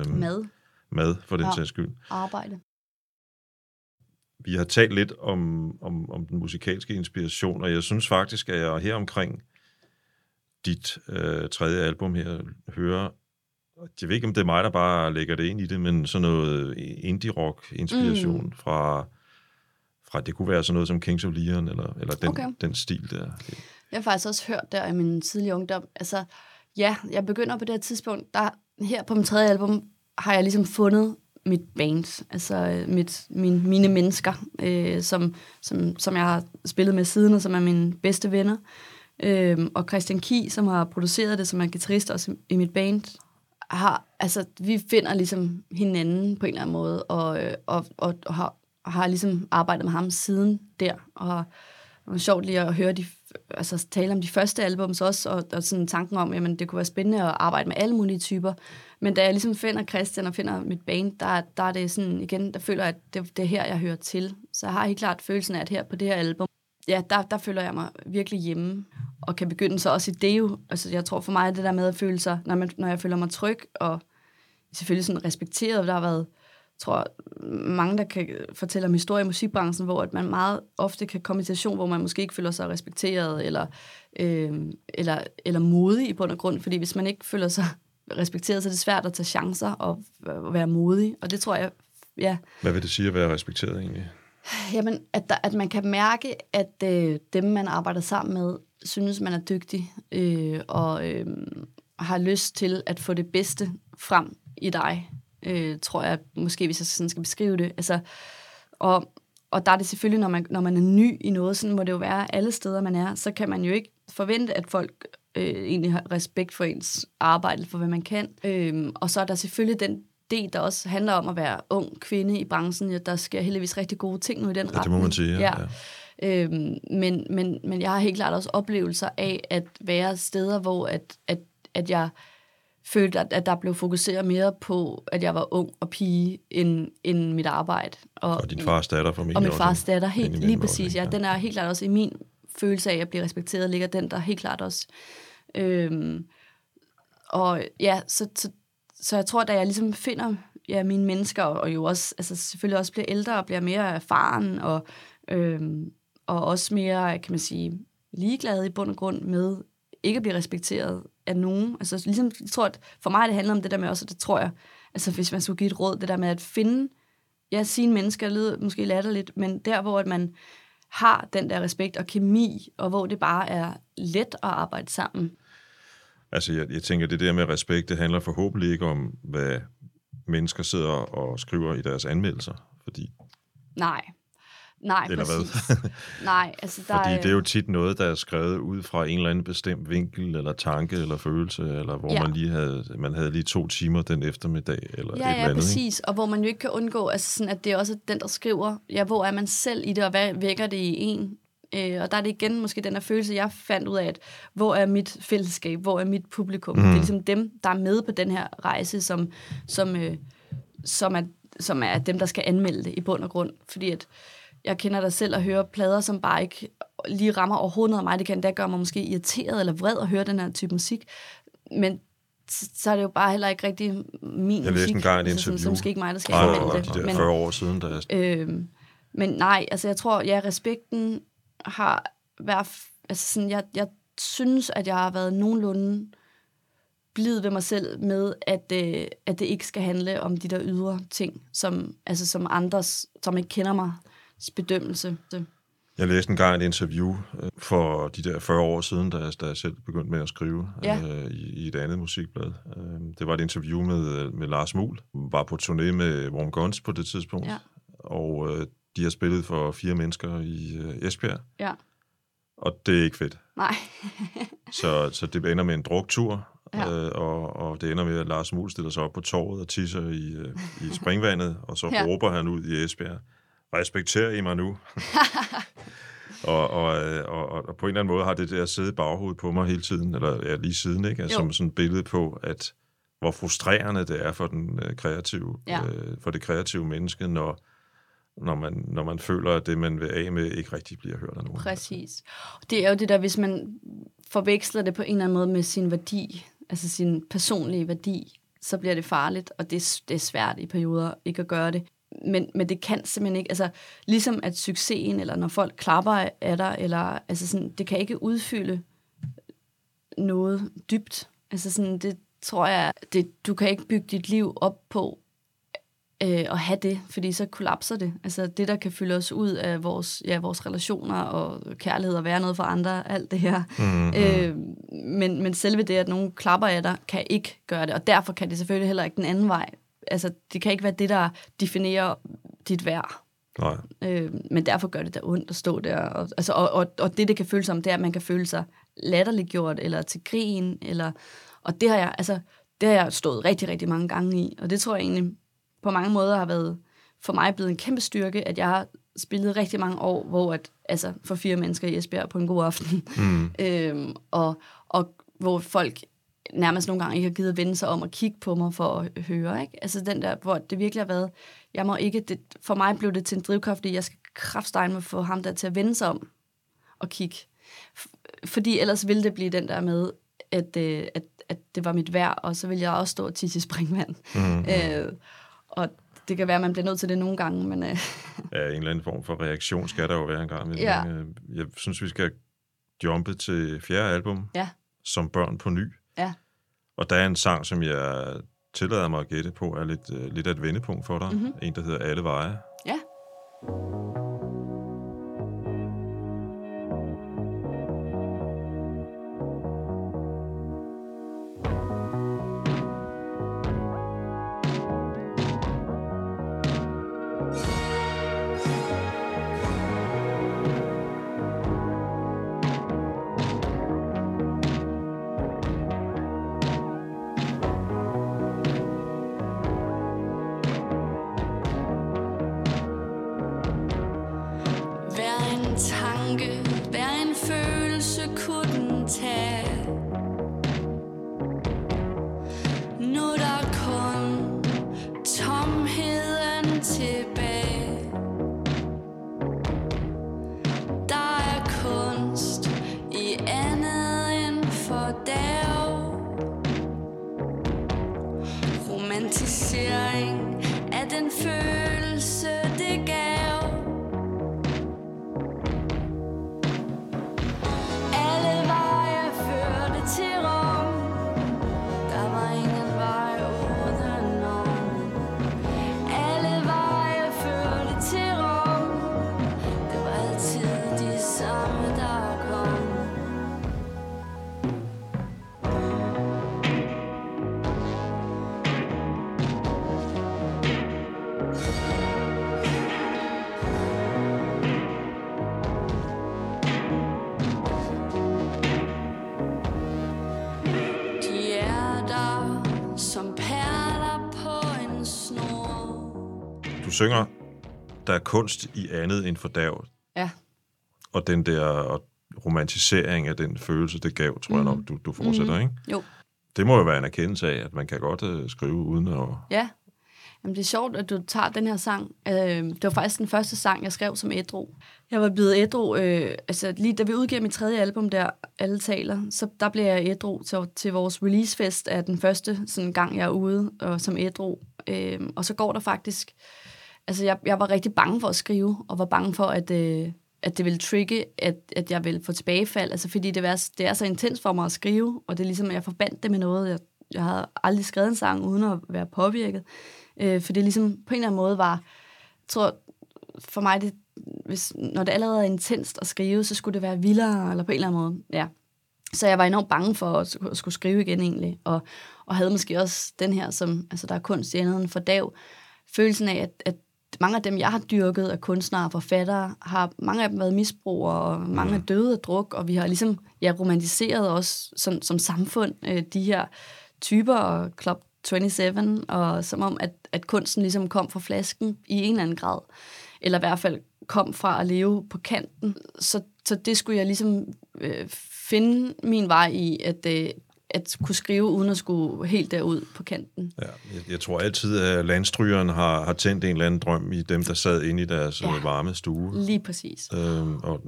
A: Mad for den sags skyld.
B: Arbejde.
A: Vi har talt lidt om den musikalske inspiration, og jeg synes faktisk, at jeg her omkring dit tredje album her hører, jeg ved ikke, om det er mig, der bare lægger det ind i det, men sådan noget indie-rock-inspiration fra det kunne være sådan noget som Kings of Leon, eller den stil der.
B: Jeg har faktisk også hørt der i min tidlige ungdom. Altså, jeg begynder på det her tidspunkt, her på min tredje album, har jeg ligesom fundet mit band, altså mine mennesker, som jeg har spillet med siden, og som er mine bedste venner. Og Christian Ki, som har produceret det, som er guitarist også i mit band, vi finder ligesom hinanden på en eller anden måde, og har ligesom arbejdet med ham siden der, og det var sjovt lige at høre tale om de første albums også, og sådan tanken om, jamen det kunne være spændende at arbejde med alle mulige typer, men da jeg ligesom finder Christian og finder mit band, der er det sådan igen, der føler jeg, at det er her, jeg hører til. Så jeg har helt klart følelsen af, at her på det her album, der føler jeg mig virkelig hjemme, og kan begynde så også i det jo. Altså jeg tror for mig, det der med at føle sig, når jeg føler mig tryg, og selvfølgelig sådan respekteret, der har været, tror mange, der kan fortælle om historie i musikbranchen, hvor at man meget ofte kan komme i en situation, hvor man måske ikke føler sig respekteret, eller modig i bund og grund, fordi hvis man ikke føler sig respekteret, så er det svært at tage chancer og være modig, og det tror jeg,
A: Hvad vil det sige at være respekteret egentlig?
B: Jamen, at man kan mærke, at dem, man arbejder sammen med, synes, man er dygtig, og har lyst til at få det bedste frem i dig, tror jeg, måske hvis jeg sådan skal beskrive det. Altså, og der er det selvfølgelig, når man er ny i noget, sådan må det jo være alle steder, man er, så kan man jo ikke forvente, at folk egentlig har respekt for ens arbejde, for hvad man kan. Og så er der selvfølgelig den del, der også handler om at være ung kvinde i branchen. Ja, der sker heldigvis rigtig gode ting nu i den retning.
A: Det må man sige, ja.
B: Men jeg har helt klart også oplevelser af at være steder, hvor at jeg følte, at der blev fokuseret mere på, at jeg var ung og pige, end mit arbejde.
A: Og din fars datter formentlig.
B: Og min fars datter, helt lige præcis.
A: Også,
B: ja. Den er helt klart også i min følelse af at blive respekteret, ligger den der helt klart også. Og ja, så jeg tror, da jeg ligesom finder mine mennesker, og jo også, altså selvfølgelig også bliver ældre og bliver mere erfaren, og også mere, kan man sige, ligeglad i bund og grund med ikke at blive respekteret af nogen. Altså ligesom, jeg tror, at for mig det handler om det der med også, og det tror jeg, altså hvis man skulle give et råd, det der med at finde, sine mennesker, lyder måske latterligt, men der, hvor at man har den der respekt og kemi, og hvor det bare er let at arbejde sammen.
A: Altså, jeg tænker, det der med respekt, det handler forhåbentlig ikke om, hvad mennesker sidder og skriver i deres anmeldelser, fordi... Nej,
B: eller præcis. Nej, altså
A: fordi det er jo tit noget, der er skrevet ud fra en eller anden bestemt vinkel, eller tanke, eller følelse, eller hvor man havde lige 2 timer den eftermiddag, eller et eller andet. Ja,
B: præcis,
A: ikke?
B: og hvor man jo ikke kan undgå, altså sådan, at det er også den, der skriver, hvor er man selv i det, og hvad vækker det i en? Og der er det igen måske den der følelse, jeg fandt ud af, at hvor er mit fællesskab, hvor er mit publikum? Det er ligesom dem, der er med på den her rejse, som er dem, der skal anmelde det i bund og grund. Fordi at jeg kender dig selv og hører plader, som bare ikke lige rammer overhovedet noget af mig. Det kan endda gøre mig måske irriteret eller vred at høre den her type musik. Men så er det jo bare heller ikke rigtig min musik.
A: Jeg læste engang et interview.
B: Så måske ikke mig, der skal anmelde det.
A: De der 40 år siden.
B: Men nej, altså jeg tror, respekten har været... Altså sådan, jeg synes, at jeg har været nogenlunde blid ved mig selv med, at det ikke skal handle om de der ydre ting, som andres, som ikke kender mig, bedømmelse.
A: Jeg læste engang et interview for de der 40 år siden, da jeg selv begyndte med at skrive i et andet musikblad. Det var et interview med Lars Muhl. Var på turné med Warm Guns på det tidspunkt. Ja. Og de har spillet for 4 mennesker i Esbjerg. Ja. Og det er ikke fedt.
B: Nej.
A: så det ender med en druktur, og det ender med, at Lars Muhl stiller sig op på torvet og tisser i springvandet, og så råber han ud i Esbjerg: respekterer I mig nu? og på en eller anden måde har det der siddet i baghovedet på mig hele tiden, eller lige siden, ikke? Som sådan et billede på, at hvor frustrerende det er for den kreative, for det kreative menneske, når man føler, at det, man vil af med, ikke rigtig bliver hørt af nogen.
B: Præcis. Det er jo det der, hvis man forveksler det på en eller anden måde med sin værdi, altså sin personlige værdi, så bliver det farligt, og det er svært i perioder ikke at gøre det. Men det kan simpelthen ikke, altså ligesom at succesen, eller når folk klapper af dig, eller altså sådan, det kan ikke udfylde noget dybt. Altså sådan, det tror jeg, du kan ikke bygge dit liv op på at have det, fordi så kollapser det. Altså det, der kan fylde os ud af vores relationer og kærlighed og være noget for andre, alt det her. Men selve det, at nogen klapper af dig, kan ikke gøre det, og derfor kan det selvfølgelig heller ikke den anden vej. Altså, det kan ikke være det, der definerer dit værd.
A: Nej.
B: Men derfor gør det da ondt at stå der. Og det kan føles som, det er, at man kan føle sig latterliggjort, eller til grin, og det har jeg stået rigtig, rigtig mange gange i. Og det tror jeg egentlig på mange måder har været for mig blevet en kæmpe styrke, at jeg har spillet rigtig mange år, hvor for 4 mennesker i Esbjerg på en god aften. Og hvor folk nærmest nogle gange ikke har givet at vende sig om og kigge på mig for at høre, ikke? Altså den der, hvor det virkelig har været, for mig blev det til en drivkraft, fordi jeg skal kraftstegne med få ham der til at vende sig om og kigge. Fordi ellers ville det blive den der med, at det var mit værd, og så ville jeg også stå og tisse i springvand. Og det kan være, at man bliver nødt til det nogle gange, men... Ja,
A: en eller anden form for reaktion skal der jo være en gang. Ja. Jeg synes, vi skal jumpe til 4. album, Som børn på ny.
B: Ja.
A: Og der er en sang, som jeg tillader mig at gætte på, er lidt af et vendepunkt for dig. Mm-hmm. En, der hedder Alle Veje.
B: Ja.
C: Romantisering af den følelse, det gav. Alle veje førte til Rom. Der var ingen vej udenom. Alle veje førte til Rom. Det var altid de samme, der kom.
A: Du synger, der er kunst i andet end fordærv.
B: Ja.
A: Og den der romantisering af den følelse, det gav, tror jeg nok, du fortsætter, ikke?
B: Jo.
A: Det må jo være en erkendelse af, at man kan godt skrive uden at...
B: Ja. Jamen, det er sjovt, at du tager den her sang. Det var faktisk den første sang, jeg skrev som ædru. Jeg var blevet ædru, altså lige da vi udgav mit 3. album der, Alle taler, så der blev jeg ædru til vores releasefest af den første sådan gang, jeg er ude som ædru. Og så går der faktisk... Altså, jeg var rigtig bange for at skrive, og var bange for, at det ville trigge, at jeg ville få tilbagefald. Altså, fordi det er så intens for mig at skrive, og det er ligesom, at jeg forbandt det med noget. Jeg havde aldrig skrevet en sang, uden at være påvirket. For det ligesom på en eller anden måde var... Jeg tror, for mig, når det allerede er intenst at skrive, så skulle det være vildere, eller på en eller anden måde. Ja. Så jeg var enormt bange for at skulle skrive igen egentlig, og havde måske også den her, som... Altså, der er kunst i enden for dag. Følelsen af, at mange af dem, jeg har dyrket af kunstnere og forfattere, har mange af dem været misbrugere, og mange er døde af druk, og vi har ligesom romantiseret os som samfund, de her typer, og Club 27, og som om, at kunsten ligesom kom fra flasken i en eller anden grad, eller i hvert fald kom fra at leve på kanten. Så det skulle jeg ligesom finde min vej i, at kunne skrive, uden at skulle helt derud på kanten.
A: Ja, jeg tror altid, at landstrygeren har tændt en eller anden drøm i dem, der sad inde i deres varme stue.
B: Lige præcis.
A: Og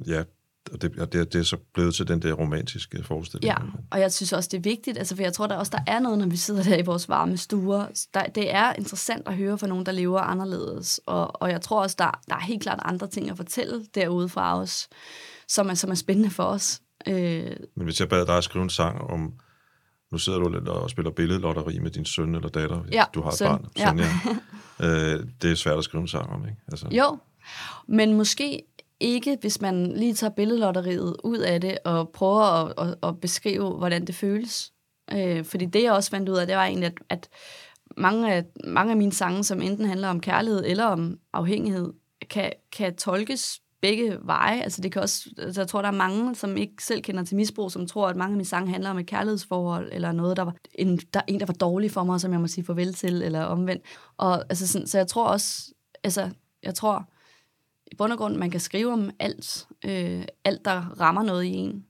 A: det er så blevet til den der romantiske forestilling.
B: Ja, og jeg synes også, det er vigtigt, altså, for jeg tror der også, der er noget, når vi sidder der i vores varme stuer. Det er interessant at høre fra nogen, der lever anderledes, og jeg tror også, der er helt klart andre ting at fortælle derude fra os, som er spændende for os.
A: Men hvis jeg bad dig at skrive en sang om... Nu sidder du lidt og spiller billedlotteri med din søn eller datter.
B: Ja,
A: du har et
B: søn.
A: barn. Søn, ja. Det er svært at skrive en sang om, ikke? Altså.
B: Jo, men måske ikke, hvis man lige tager billedlotteriet ud af det og prøver at beskrive, hvordan det føles. Fordi det, jeg også fandt ud af, det var egentlig, at mange af mine sange, som enten handler om kærlighed eller om afhængighed, kan tolkes begge veje. Altså det kan også, altså jeg tror, der er mange, som ikke selv kender til misbrug, som tror, at mange af mine sange handler om et kærlighedsforhold, eller noget, der var dårlig for mig, som jeg må sige farvel til, eller omvendt. Og altså sådan, så jeg tror også, altså jeg tror i bund og grund, man kan skrive om alt, alt der rammer noget i en.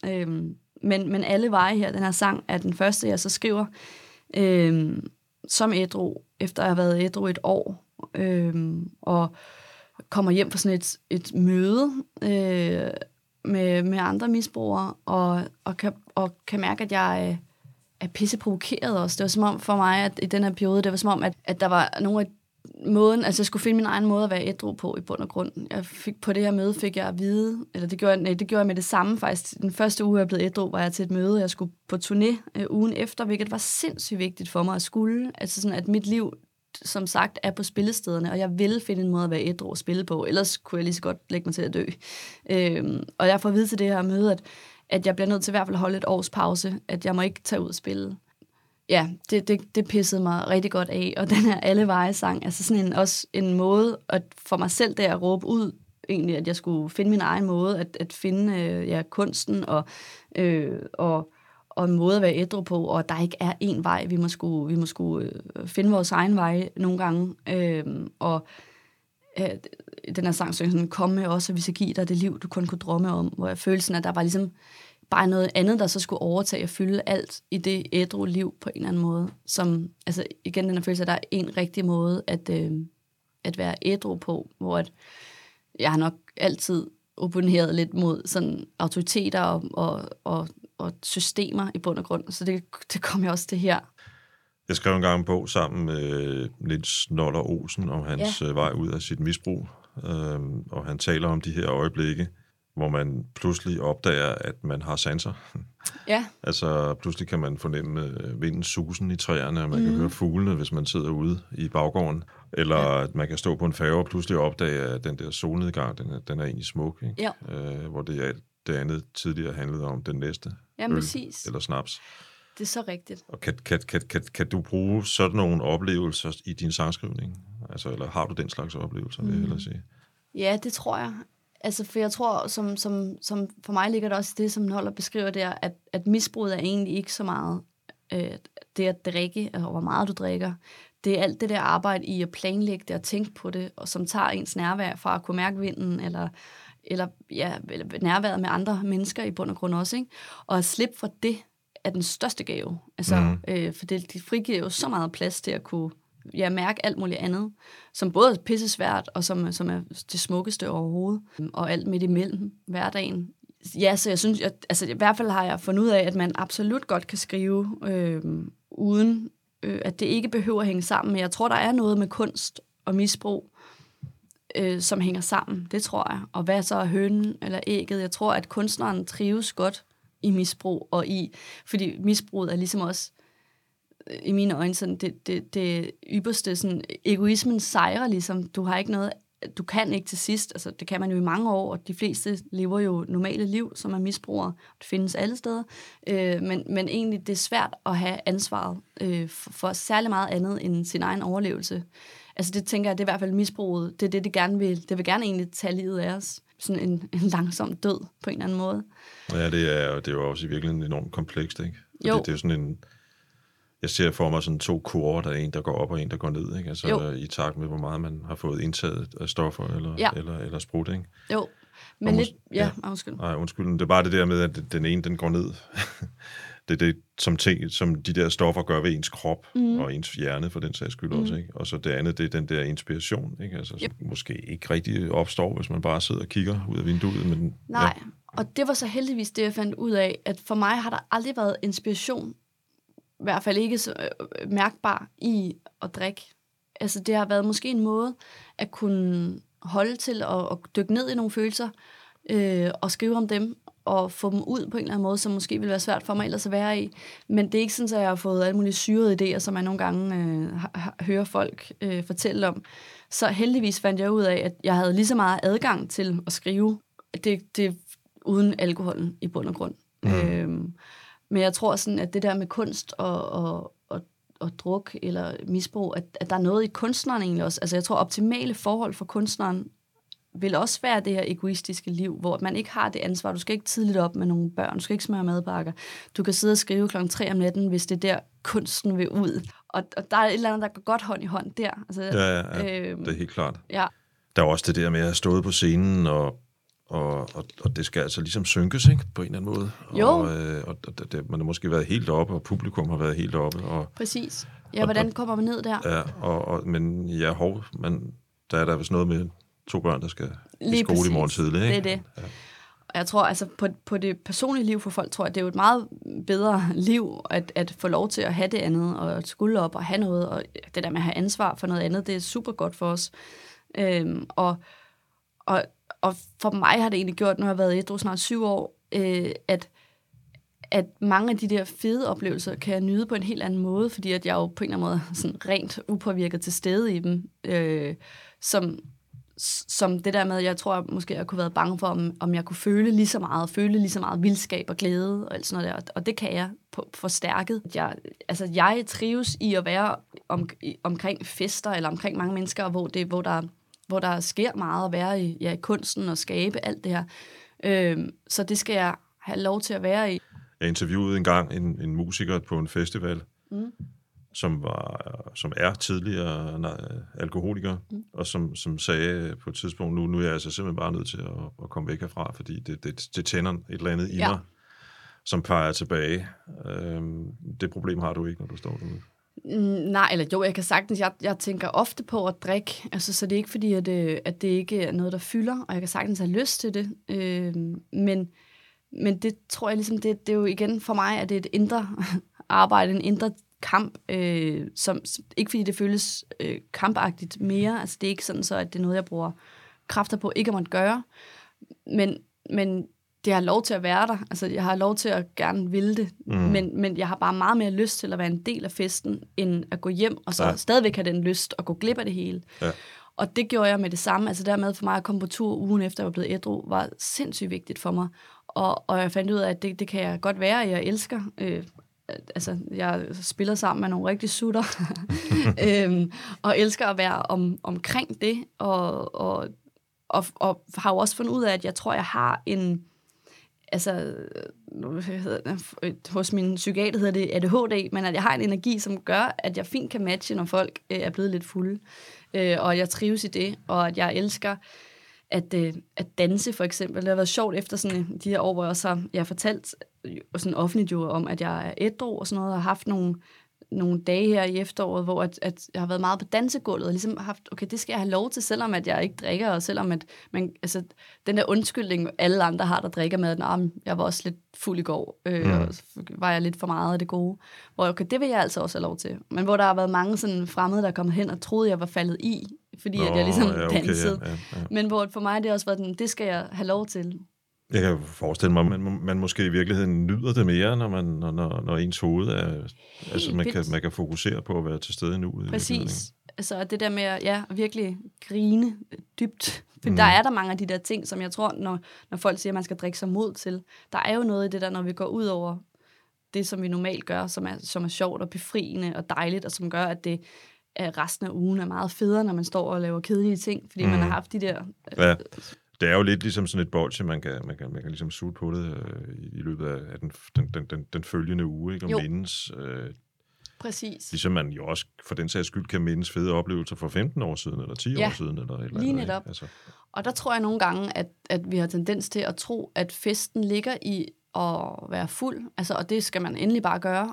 B: Men alle veje her, den her sang, er den første, jeg så skriver som ædru, efter at have været ædru et år, og kommer hjem fra sådan et møde med andre misbrugere, og kan mærke, at jeg er pisseprovokeret også. Det var som om for mig, at i den her periode, det var som om, at der var nogle af måden, altså jeg skulle finde min egen måde at være ædru på i bund og grund. På det her møde fik jeg at vide, eller det gjorde jeg med det samme faktisk. Den første uge, jeg blev ædru, var jeg til et møde, jeg skulle på turné ugen efter, hvilket var sindssygt vigtigt for mig at skulle. Altså sådan, at mit liv, som sagt, er på spillestederne, og jeg ville finde en måde at være ædru og spille på, ellers kunne jeg lige så godt lægge mig til at dø. Og jeg får at vide til det her møde, at jeg bliver nødt til i hvert fald at holde et års pause, at jeg må ikke tage ud og spille. Ja, det pissede mig rigtig godt af, og den her alle veje sang, altså sådan også en måde at for mig selv der at råbe ud, egentlig, at jeg skulle finde min egen måde, at finde kunsten og en måde at være ædru på, og at der ikke er én vej, vi må skulle finde vores egen vej nogle gange, den her sang sådan, kom med også, at vi skal give dig det liv, du kun kunne drømme om, hvor jeg følelsen, at der var ligesom bare noget andet, der så skulle overtage og fylde alt i det ædru liv på en eller anden måde. Som, altså igen, den her følelse, at der er en rigtig måde at være ædru på, hvor jeg har nok altid opponeret lidt mod sådan autoriteter og systemer i bund og grund. Så det kom jeg også til her.
A: Jeg skrev engang en bog sammen med Niels Noller Olsen om hans vej ud af sit misbrug, og han taler om de her øjeblikke, hvor man pludselig opdager, at man har sanser.
B: Ja.
A: Altså, pludselig kan man fornemme vindens susen i træerne, og man kan høre fuglene, hvis man sidder ude i baggården. Eller at man kan stå på en færge og pludselig opdage, at den der solnedgang, den er egentlig smuk. Ikke? Ja. Hvor det andet tidligere handlede om den næste øl
B: præcis.
A: Eller snaps.
B: Det er så rigtigt.
A: Og kan du bruge sådan nogle oplevelser i din sangskrivning? Altså, eller har du den slags oplevelser, vil jeg hellere sige?
B: Ja, det tror jeg. Altså, for jeg tror, som for mig ligger det også det, som Noller beskriver der, at misbruget er egentlig ikke så meget det at drikke, og hvor meget du drikker. Det er alt det der arbejde i at planlægge det og tænke på det, og som tager ens nærvær fra at kunne mærke vinden, eller nærværet med andre mennesker i bund og grund også, ikke? Og at slippe fra det er den største gave. Altså, for det frigiver jo så meget plads til at kunne mærke alt muligt andet, som både er pissesvært, og som er det smukkeste overhovedet, og alt midt imellem hverdagen. Ja, så jeg synes, i hvert fald har jeg fundet ud af, at man absolut godt kan skrive uden, at det ikke behøver at hænge sammen. Men jeg tror, der er noget med kunst og misbrug, som hænger sammen. Det tror jeg. Og hvad så er hønen eller ægget? Jeg tror, at kunstneren trives godt i misbrug, fordi misbruget er ligesom også, i mine øjne, sådan det ypperste, sådan egoismen sejrer ligesom. Du har ikke noget, du kan ikke til sidst, altså det kan man jo i mange år, og de fleste lever jo normale liv, som er misbrugere. Det findes alle steder. Men egentlig, det er svært at have ansvaret for særlig meget andet end sin egen overlevelse. Altså det tænker jeg, det er i hvert fald misbruget. Det er det, de gerne vil. Det vil gerne egentlig tage livet af os. Sådan en langsom død på en eller anden måde. Ja,
A: det er jo også i virkeligheden enormt komplekst, ikke? Jo. Det er jo sådan en... Jeg ser for mig sådan 2 kurver, der er en, der går op og en, der går ned, ikke? Altså i takt med, hvor meget man har fået indtaget af stoffer eller sprut, ikke?
B: Jo, men lidt... undskyld.
A: Nej, undskyld. Det er bare det der med, at den ene, den går ned. Det er det, som de der stoffer gør ved ens krop og ens hjerne, for den sags skyld også, ikke? Og så det andet, det er den der inspiration, ikke? Altså, som måske ikke rigtig opstår, hvis man bare sidder og kigger ud af vinduet. Men,
B: nej, og det var så heldigvis det, jeg fandt ud af, at for mig har der aldrig været inspiration, i hvert fald ikke så mærkbar i at drikke. Altså det har været måske en måde at kunne holde til at dykke ned i nogle følelser og skrive om dem og få dem ud på en eller anden måde, som måske ville være svært for mig ellers at være i. Men det er ikke sådan, at jeg har fået alle mulige syrede idéer, som jeg nogle gange hører folk fortælle om. Så heldigvis fandt jeg ud af, at jeg havde lige så meget adgang til at skrive det uden alkoholen i bund og grund. Men jeg tror sådan, at det der med kunst og druk eller misbrug, at der er noget i kunstneren egentlig også. Altså jeg tror, optimale forhold for kunstneren vil også være det her egoistiske liv, hvor man ikke har det ansvar. Du skal ikke tidligt op med nogle børn, du skal ikke smøre madpakker. Du kan sidde og skrive 3:00 om natten, hvis det er der kunsten vil ud. Og der er et eller andet, der går godt hånd i hånd der. Altså,
A: det er helt klart.
B: Ja.
A: Der er også det der med at have stået på scenen, og det skal altså ligesom synkes, ikke? På en eller anden måde.
B: Jo.
A: Og man har måske været helt oppe, og publikum har været helt oppe.
B: Præcis. Ja, hvordan kommer man ned der?
A: Ja, men der er der vist noget med 2 børn, der skal i skole i morgen tidlig, ikke?
B: Det er det. Ja. Og jeg tror, altså på det personlige liv for folk, tror jeg, det er jo et meget bedre liv, at få lov til at have det andet, og at skulle op og have noget, og det der med at have ansvar for noget andet, det er super godt for os. Og for mig har det egentlig gjort, nu har jeg været ædru snart 7 år, at mange af de der fede oplevelser kan jeg nyde på en helt anden måde, fordi at jeg jo på en eller anden måde sådan rent upåvirket til stede i dem, som det der med, jeg tror, måske jeg kunne være bange for, om jeg kunne føle lige så meget vildskab og glæde og alt sådan noget der, og det kan jeg forstærket. Jeg trives i at være omkring fester, eller omkring mange mennesker, hvor der sker meget at være i kunsten og skabe alt det her. Så det skal jeg have lov til at være i.
A: Jeg interviewede engang en musiker på en festival, som er tidligere alkoholiker, og som sagde på et tidspunkt, nu er jeg altså simpelthen bare nødt til at komme væk herfra, fordi det tænder et eller andet i mig, som peger tilbage. Det problem har du ikke, når du står derude.
B: Nej, eller jo, jeg kan sagtens, jeg tænker ofte på at drikke, altså, så det er ikke fordi, at det ikke er noget, der fylder, og jeg kan sagtens have lyst til det, men det tror jeg ligesom, det er jo igen for mig, at det er et indre arbejde, en indre kamp, som ikke fordi det føles kampagtigt mere, altså det er ikke sådan så, at det er noget, jeg bruger kræfter på ikke at måtte gøre, men det har lov til at være der, altså jeg har lov til at gerne ville det, men jeg har bare meget mere lyst til at være en del af festen, end at gå hjem, og så stadigvæk have den lyst at gå glip af det hele. Ja. Og det gjorde jeg med det samme, altså dermed for mig at komme på tur ugen efter jeg var blevet ædru, var sindssygt vigtigt for mig, og jeg fandt ud af, at det kan jeg godt være, jeg elsker. Altså, jeg spiller sammen med nogle rigtig sutter, og elsker at være omkring det, og har jo også fundet ud af, at jeg tror, jeg har en, altså, hos min psykiater hedder det ADHD, men at jeg har en energi, som gør, at jeg fint kan matche, når folk er blevet lidt fulde, og jeg trives i det, og at jeg elsker at danse, for eksempel. Det har været sjovt efter sådan de her år, hvor jeg også har fortalt sådan offentligt jo om, at jeg er ædru og sådan noget, og har haft nogle nogle dage her i efteråret, hvor at jeg har været meget på dansegulvet, og ligesom haft, okay, det skal jeg have lov til, selvom at jeg ikke drikker, og selvom at man, altså, den der undskyldning, alle andre har, der drikker med, at jeg var også lidt fuld i går, og var jeg lidt for meget af det gode. Hvor, okay, det vil jeg altså også have lov til. Men hvor der har været mange sådan fremmede, der er kommet hen og troede, jeg var faldet i, fordi at jeg ligesom dansede. Ja. Men hvor for mig det har også været, det skal jeg have lov til.
A: Jeg kan forestille mig, at man måske i virkeligheden nyder det mere, når ens hoved er... Altså, man kan fokusere på at være til stede nu.
B: Præcis. Altså, det der med at virkelig grine dybt. For der er der mange af de der ting, som jeg tror, når folk siger, at man skal drikke sig mod til. Der er jo noget i det der, når vi går ud over det, som vi normalt gør, som er sjovt og befriende og dejligt, og som gør, at det resten af ugen er meget federe, når man står og laver kedelige ting, fordi man har haft de der...
A: Ja. Det er jo lidt ligesom sådan et bolsje, man kan ligesom suge på det i løbet af den følgende uge, ikke? Og mindes.
B: Præcis.
A: Ligesom man jo også for den sags skyld kan mindes fede oplevelser for 15 år siden, eller 10 år siden, eller et eller
B: lige netop. Altså. Og der tror jeg nogle gange, at vi har tendens til at tro, at festen ligger i at være fuld, altså, og det skal man endelig bare gøre,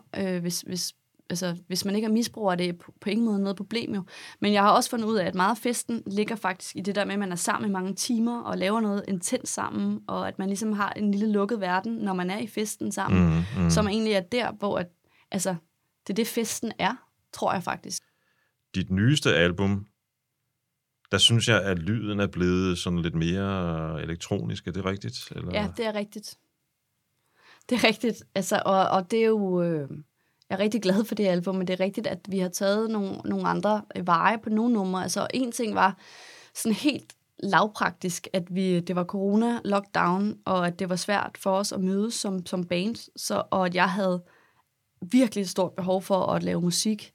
B: hvis man ikke er misbruger, er det på ingen måde noget problem jo. Men jeg har også fundet ud af, at meget af festen ligger faktisk i det der med, at man er sammen i mange timer og laver noget intens sammen, og at man ligesom har en lille lukket verden, når man er i festen sammen, som egentlig er der, hvor det er det festen er, tror jeg faktisk.
A: Dit nyeste album, der synes jeg, at lyden er blevet sådan lidt mere elektronisk. Er det rigtigt? Eller?
B: Ja, det er rigtigt. Det er rigtigt. Altså, og det er jo... Jeg er rigtig glad for det album, men det er rigtigt, at vi har taget nogle andre veje på nogle numre. Altså, en ting var sådan helt lavpraktisk, at det var corona-lockdown, og at det var svært for os at mødes som band, og at jeg havde virkelig et stort behov for at lave musik,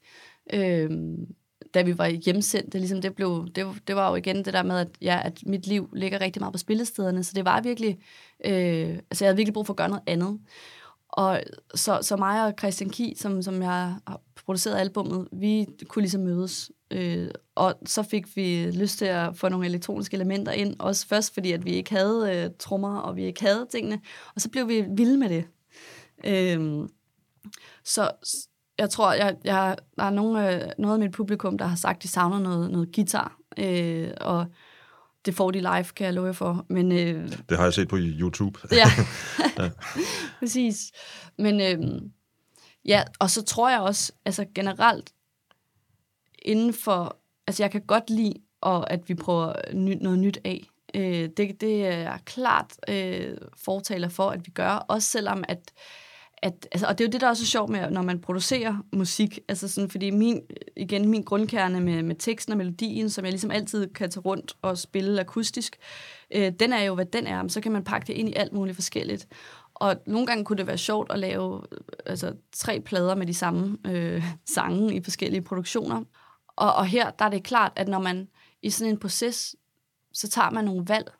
B: da vi var hjemsendt. Det var jo igen det der med, at mit liv ligger rigtig meget på spillestederne, så det var virkelig, jeg havde virkelig brug for at gøre noget andet. Og så mig og Christian Ki, som jeg har produceret albummet, vi kunne ligesom mødes. Og så fik vi lyst til at få nogle elektroniske elementer ind, også først fordi, at vi ikke havde trommer, og vi ikke havde tingene. Og så blev vi vilde med det. Så jeg tror, der er noget af mit publikum, der har sagt, at de savner noget guitar. Og det får de live, kan jeg love for. Men,
A: det har jeg set på YouTube.
B: Ja, præcis. Men og så tror jeg også, altså generelt, inden for, altså jeg kan godt lide, at vi prøver noget nyt af. Det er klart fortaler for, at vi gør, også selvom altså, og det er jo det, der også er sjovt med, når man producerer musik, altså sådan, fordi min grundkerne med teksten og melodien, som jeg ligesom altid kan tage rundt og spille akustisk, den er jo, hvad den er, men så kan man pakke det ind i alt muligt forskelligt. Og nogle gange kunne det være sjovt at lave 3 plader med de samme sange i forskellige produktioner. Og her, der er det klart, at når man i sådan en proces, så tager man nogle valg,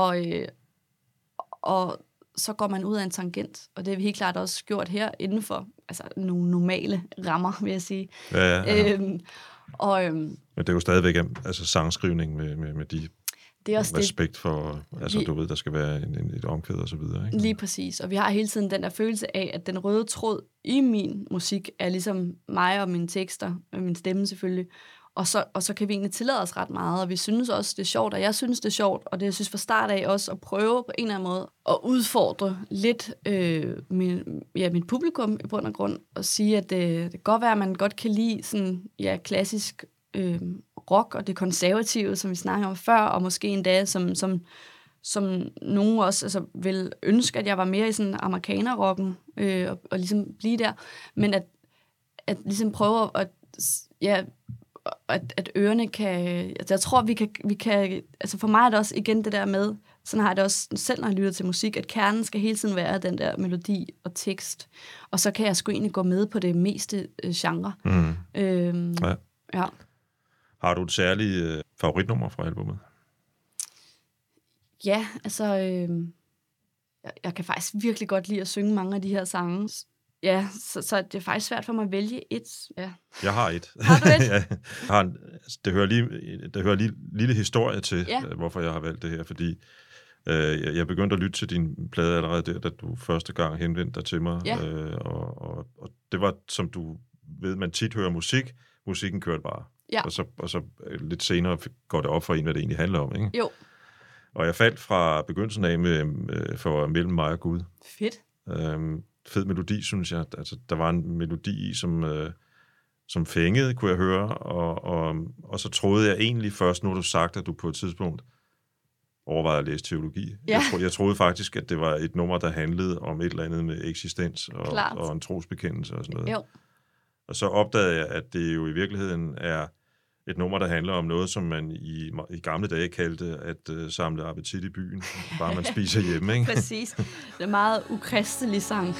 B: og så går man ud af en tangent, og det har vi helt klart også gjort her inden for nogle normale rammer, vil jeg sige.
A: Ja. Men det er jo stadigvæk sangskrivning med de det er også respekt for, du ved, der skal være et omkvæd og så videre. Ikke?
B: Lige præcis, og vi har hele tiden den der følelse af, at den røde tråd i min musik er ligesom mig og mine tekster, og min stemme selvfølgelig, og så kan vi egentlig tillade os ret meget, og vi synes også, det er sjovt, og jeg synes, det er sjovt, og det jeg synes fra start af også at prøve på en eller anden måde at udfordre lidt mit publikum i bund og grund, og sige, at det kan godt være, at man godt kan lide sådan, klassisk rock og det konservative, som vi snakker om før, og måske endda som nogen også vil ønske, at jeg var mere i sådan amerikanerrocken, og ligesom blive der, men at ligesom prøve at ørerne kan... Altså, jeg tror, vi kan... Altså, for mig er det også igen det der med... Sådan har jeg det også selv, når jeg lytter til musik, at kernen skal hele tiden være den der melodi og tekst. Og så kan jeg sgu egentlig gå med på det meste genre. Ja.
A: Har du et særligt favoritnummer fra albumet?
B: Ja, altså... jeg kan faktisk virkelig godt lide at synge mange af de her sange. Ja, så det er faktisk svært for mig at vælge et. Ja.
A: Jeg har et.
B: Har du et?
A: Ja, det hører lige lille historie til, hvorfor jeg har valgt det her, fordi jeg begyndte at lytte til din plade allerede der, da du første gang henvendte dig til mig, og det var, som du ved, man tit hører musik. Musikken kørte bare.
B: Ja.
A: Og så lidt senere går det op for en, hvad det egentlig handler om, ikke?
B: Jo.
A: Og jeg faldt fra begyndelsen af for mellem mig og Gud.
B: Fedt.
A: Fed melodi, synes jeg. Altså, der var en melodi i, som fængede, kunne jeg høre, og så troede jeg egentlig først, nu har du sagt, at du på et tidspunkt overvejede at læse teologi.
B: Ja.
A: Jeg troede faktisk, at det var et nummer, der handlede om et eller andet med eksistens og en trosbekendelse og sådan noget.
B: Jo.
A: Og så opdagede jeg, at det jo i virkeligheden er et nummer, der handler om noget, som man i gamle dage kaldte at samle appetit i byen, bare man spiser hjemme, ikke?
B: Præcis. Det er en meget ukristelig sang.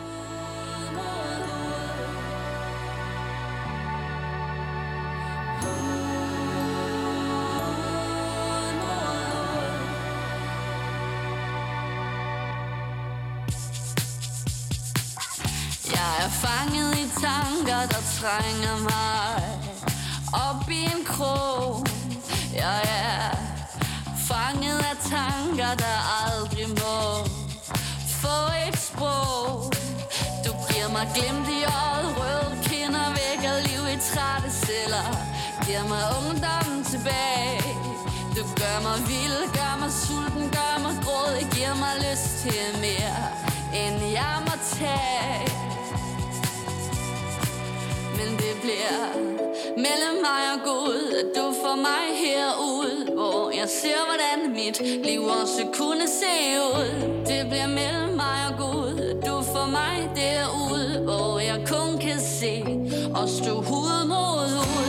C: Jeg er fanget i tanker, der trænger mig op i en krog. Jeg er fanget af tanker, der aldrig må få et sprog. Du giver mig glimt i øjet, røde kinder, vækker liv i trætte celler. Giver mig ungdommen tilbage. Du gør mig vild, gør mig sulten, gør mig grådig, giver mig lyst til mere, end jeg må tage. Men det bliver mellem mig og Gud, at du får mig herud, hvor jeg ser, hvordan mit liv også kunne se ud. Det bliver mellem mig og Gud, at du får mig derud, hvor jeg kun kan se og stå hud mod hud.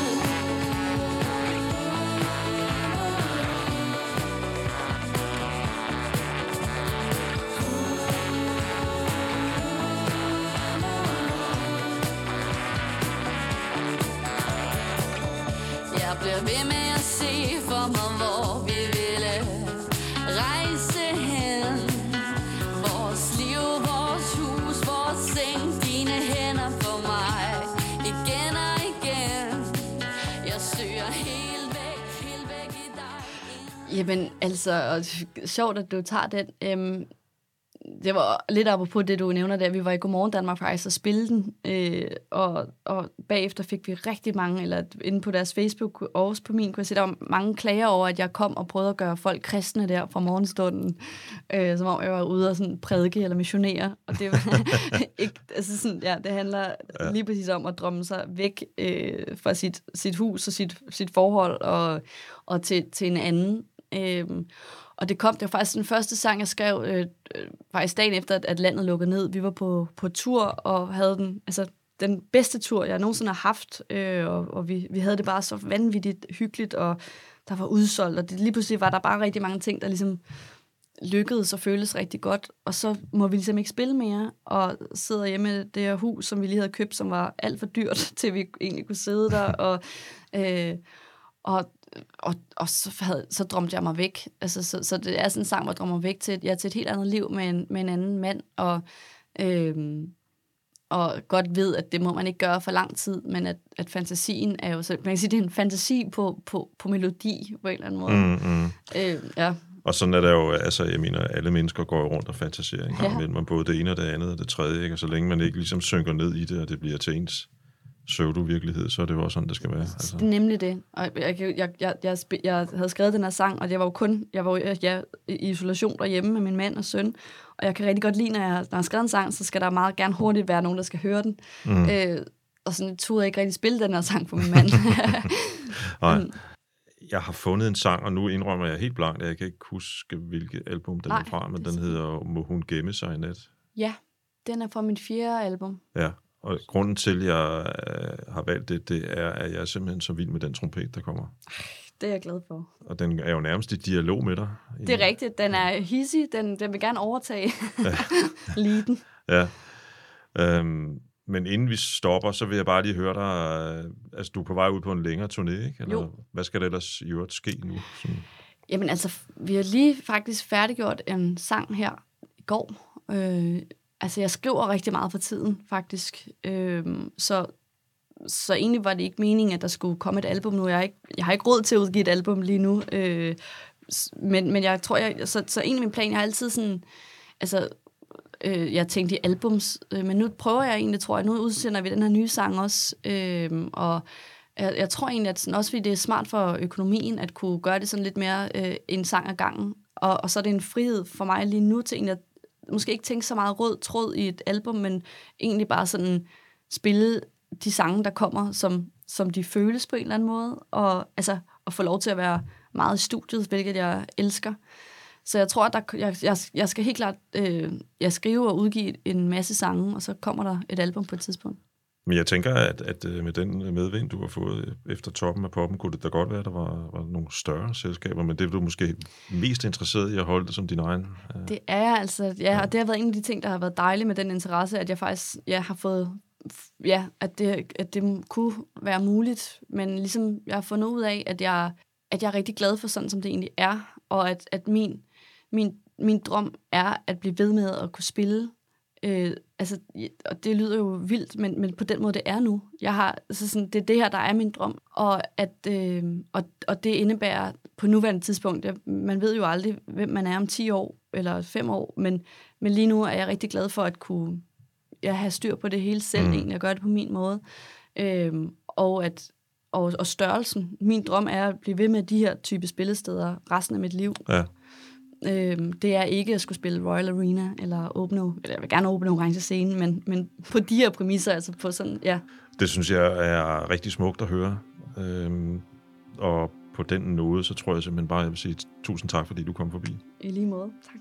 C: Jeg bliver ved med at se for mig, hvor vi ville rejse hen. Vores liv, vores hus, vores seng, dine hænder for mig, igen og igen. Jeg søger helt væk i dig.
B: Jamen, altså, sjovt, at du tager den. Det var lidt apropos det, du nævner der. Vi var i Godmorgen Danmark faktisk og spille den, og bagefter fik vi rigtig mange, eller inde på deres Facebook og også på min, kunne jeg se, der var mange klager over, at jeg kom og prøvede at gøre folk kristne der fra morgenstunden, som om jeg var ude og sådan prædike eller missionere, og det var ikke, altså sådan, ja, det handler lige præcis om at drømme sig væk fra sit hus og sit forhold og til en anden. Og det var faktisk den første sang, jeg skrev faktisk dagen efter, at landet lukkede ned. Vi var på tur og havde den bedste tur, jeg nogensinde har haft. Og vi havde det bare så vanvittigt hyggeligt, og der var udsolgt. Og lige pludselig var der bare rigtig mange ting, der ligesom lykkedes og føltes rigtig godt. Og så må vi ligesom ikke spille mere, og sidder hjemme i det her hus, som vi lige havde købt, som var alt for dyrt, til vi egentlig kunne sidde der. Og så drømte jeg mig væk. Altså, så det er sådan en sang, hvor jeg drømmer væk til et helt andet liv med en anden mand, og godt ved, at det må man ikke gøre for lang tid, men at fantasien er jo så, man kan sige, det er en fantasi på melodi på en eller anden måde. Ja.
A: Og sådan er der jo, altså jeg mener, alle mennesker går jo rundt og fantaserer, ikke? Ja. Men både det ene og det andet og det tredje, ikke? Og så længe man ikke ligesom synker ned i det, og det bliver til ens pseudo-virkelighed, så er det jo også sådan, det skal være. Altså.
B: Nemlig det. Og jeg havde skrevet den her sang, og jeg var jo i isolation derhjemme med min mand og søn, og jeg kan rigtig godt lide, når jeg har skrevet en sang, så skal der meget gerne hurtigt være nogen, der skal høre den. Og sådan turde jeg ikke rigtig spille den her sang for min mand.
A: Nej. Jeg har fundet en sang, og nu indrømmer jeg helt blankt, at jeg kan ikke huske, hvilket album den er fra, men den hedder Må hun gemme sig i nat.
B: Ja, den er fra mit 4. album.
A: Ja. Og grunden til, at jeg har valgt det er, at jeg er simpelthen så vild med den trompet, der kommer.
B: Det er jeg glad for.
A: Og den er jo nærmest i dialog med dig.
B: Det er rigtigt. Den er hissig. Den vil gerne overtage leaden.
A: Ja. Men inden vi stopper, så vil jeg bare lige høre dig. Altså, du er på vej ud på en længere turné, ikke? Eller
B: jo.
A: Hvad skal der ellers i øvrigt ske nu? Sådan.
B: Jamen altså, vi har lige faktisk færdiggjort en sang her i går. Altså, jeg skriver rigtig meget for tiden, faktisk. Så egentlig var det ikke meningen, at der skulle komme et album nu. Jeg har ikke råd til at udgive et album lige nu. Men jeg tror, så en af mine planer, jeg har altid sådan... Altså, jeg tænkte i albums, men nu prøver jeg egentlig, tror jeg, nu udsender vi den her nye sang også, og jeg tror egentlig, at sådan, også fordi det er smart for økonomien, at kunne gøre det sådan lidt mere en sang ad gangen, og så er det en frihed for mig lige nu til egentlig at måske ikke tænke så meget rød tråd i et album, men egentlig bare sådan spille de sange, der kommer, som de føles på en eller anden måde, og altså at få lov til at være meget i studiet, hvilket jeg elsker. Så jeg tror, at jeg skal helt klart jeg skrive og udgive en masse sange, og så kommer der et album på et tidspunkt.
A: Men jeg tænker, at med den medvind, du har fået efter toppen af poppen, kunne det da godt være, at der var nogle større selskaber, men det er du måske mest interesseret i at holde det som din egen?
B: Det er jeg altså, ja, og det har været en af de ting, der har været dejligt med den interesse, at jeg faktisk har fået, at det kunne være muligt, men ligesom jeg har fundet ud af, at jeg er rigtig glad for sådan, som det egentlig er, og at min drøm er at blive ved med at kunne spille. Altså, og det lyder jo vildt, men på den måde, det er nu. Jeg har, altså sådan, det er det her, der er min drøm, og og det indebærer på nuværende tidspunkt, man ved jo aldrig, hvem man er om 10 år eller 5 år, men lige nu er jeg rigtig glad for at kunne have styr på det hele selv, egentlig, og gøre det på min måde. Og størrelsen. Min drøm er at blive ved med de her type spillesteder resten af mit liv.
A: Ja.
B: Det er ikke at skulle spille Royal Arena eller jeg vil gerne åbne orange scene, men på de her præmisser, altså på sådan, ja.
A: Det synes jeg er rigtig smukt at høre. Og på den nåde, så tror jeg simpelthen bare, jeg vil sige tusind tak, fordi du kom forbi.
B: I lige måde. Tak.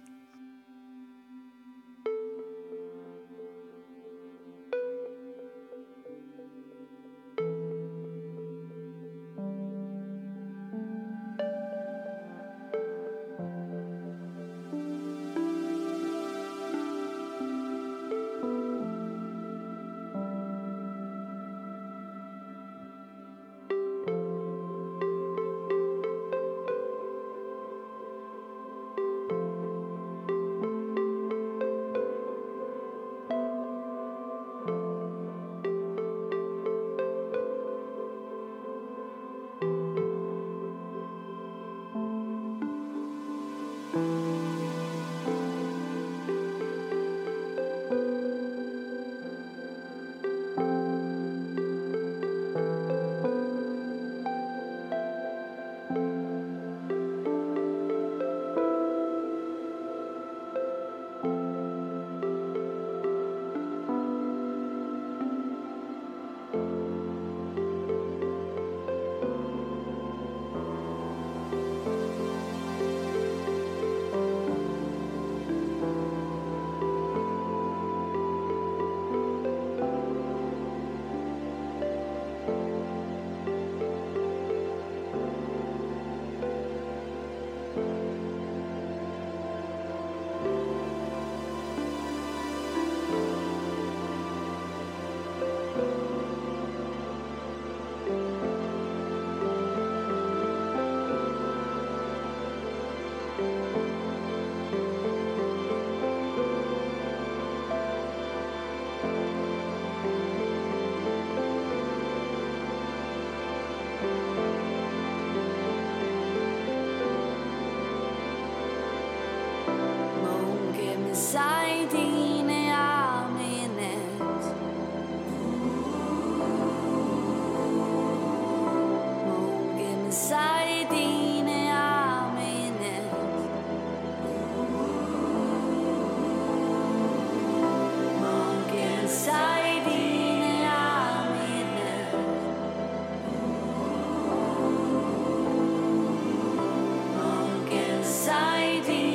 C: Side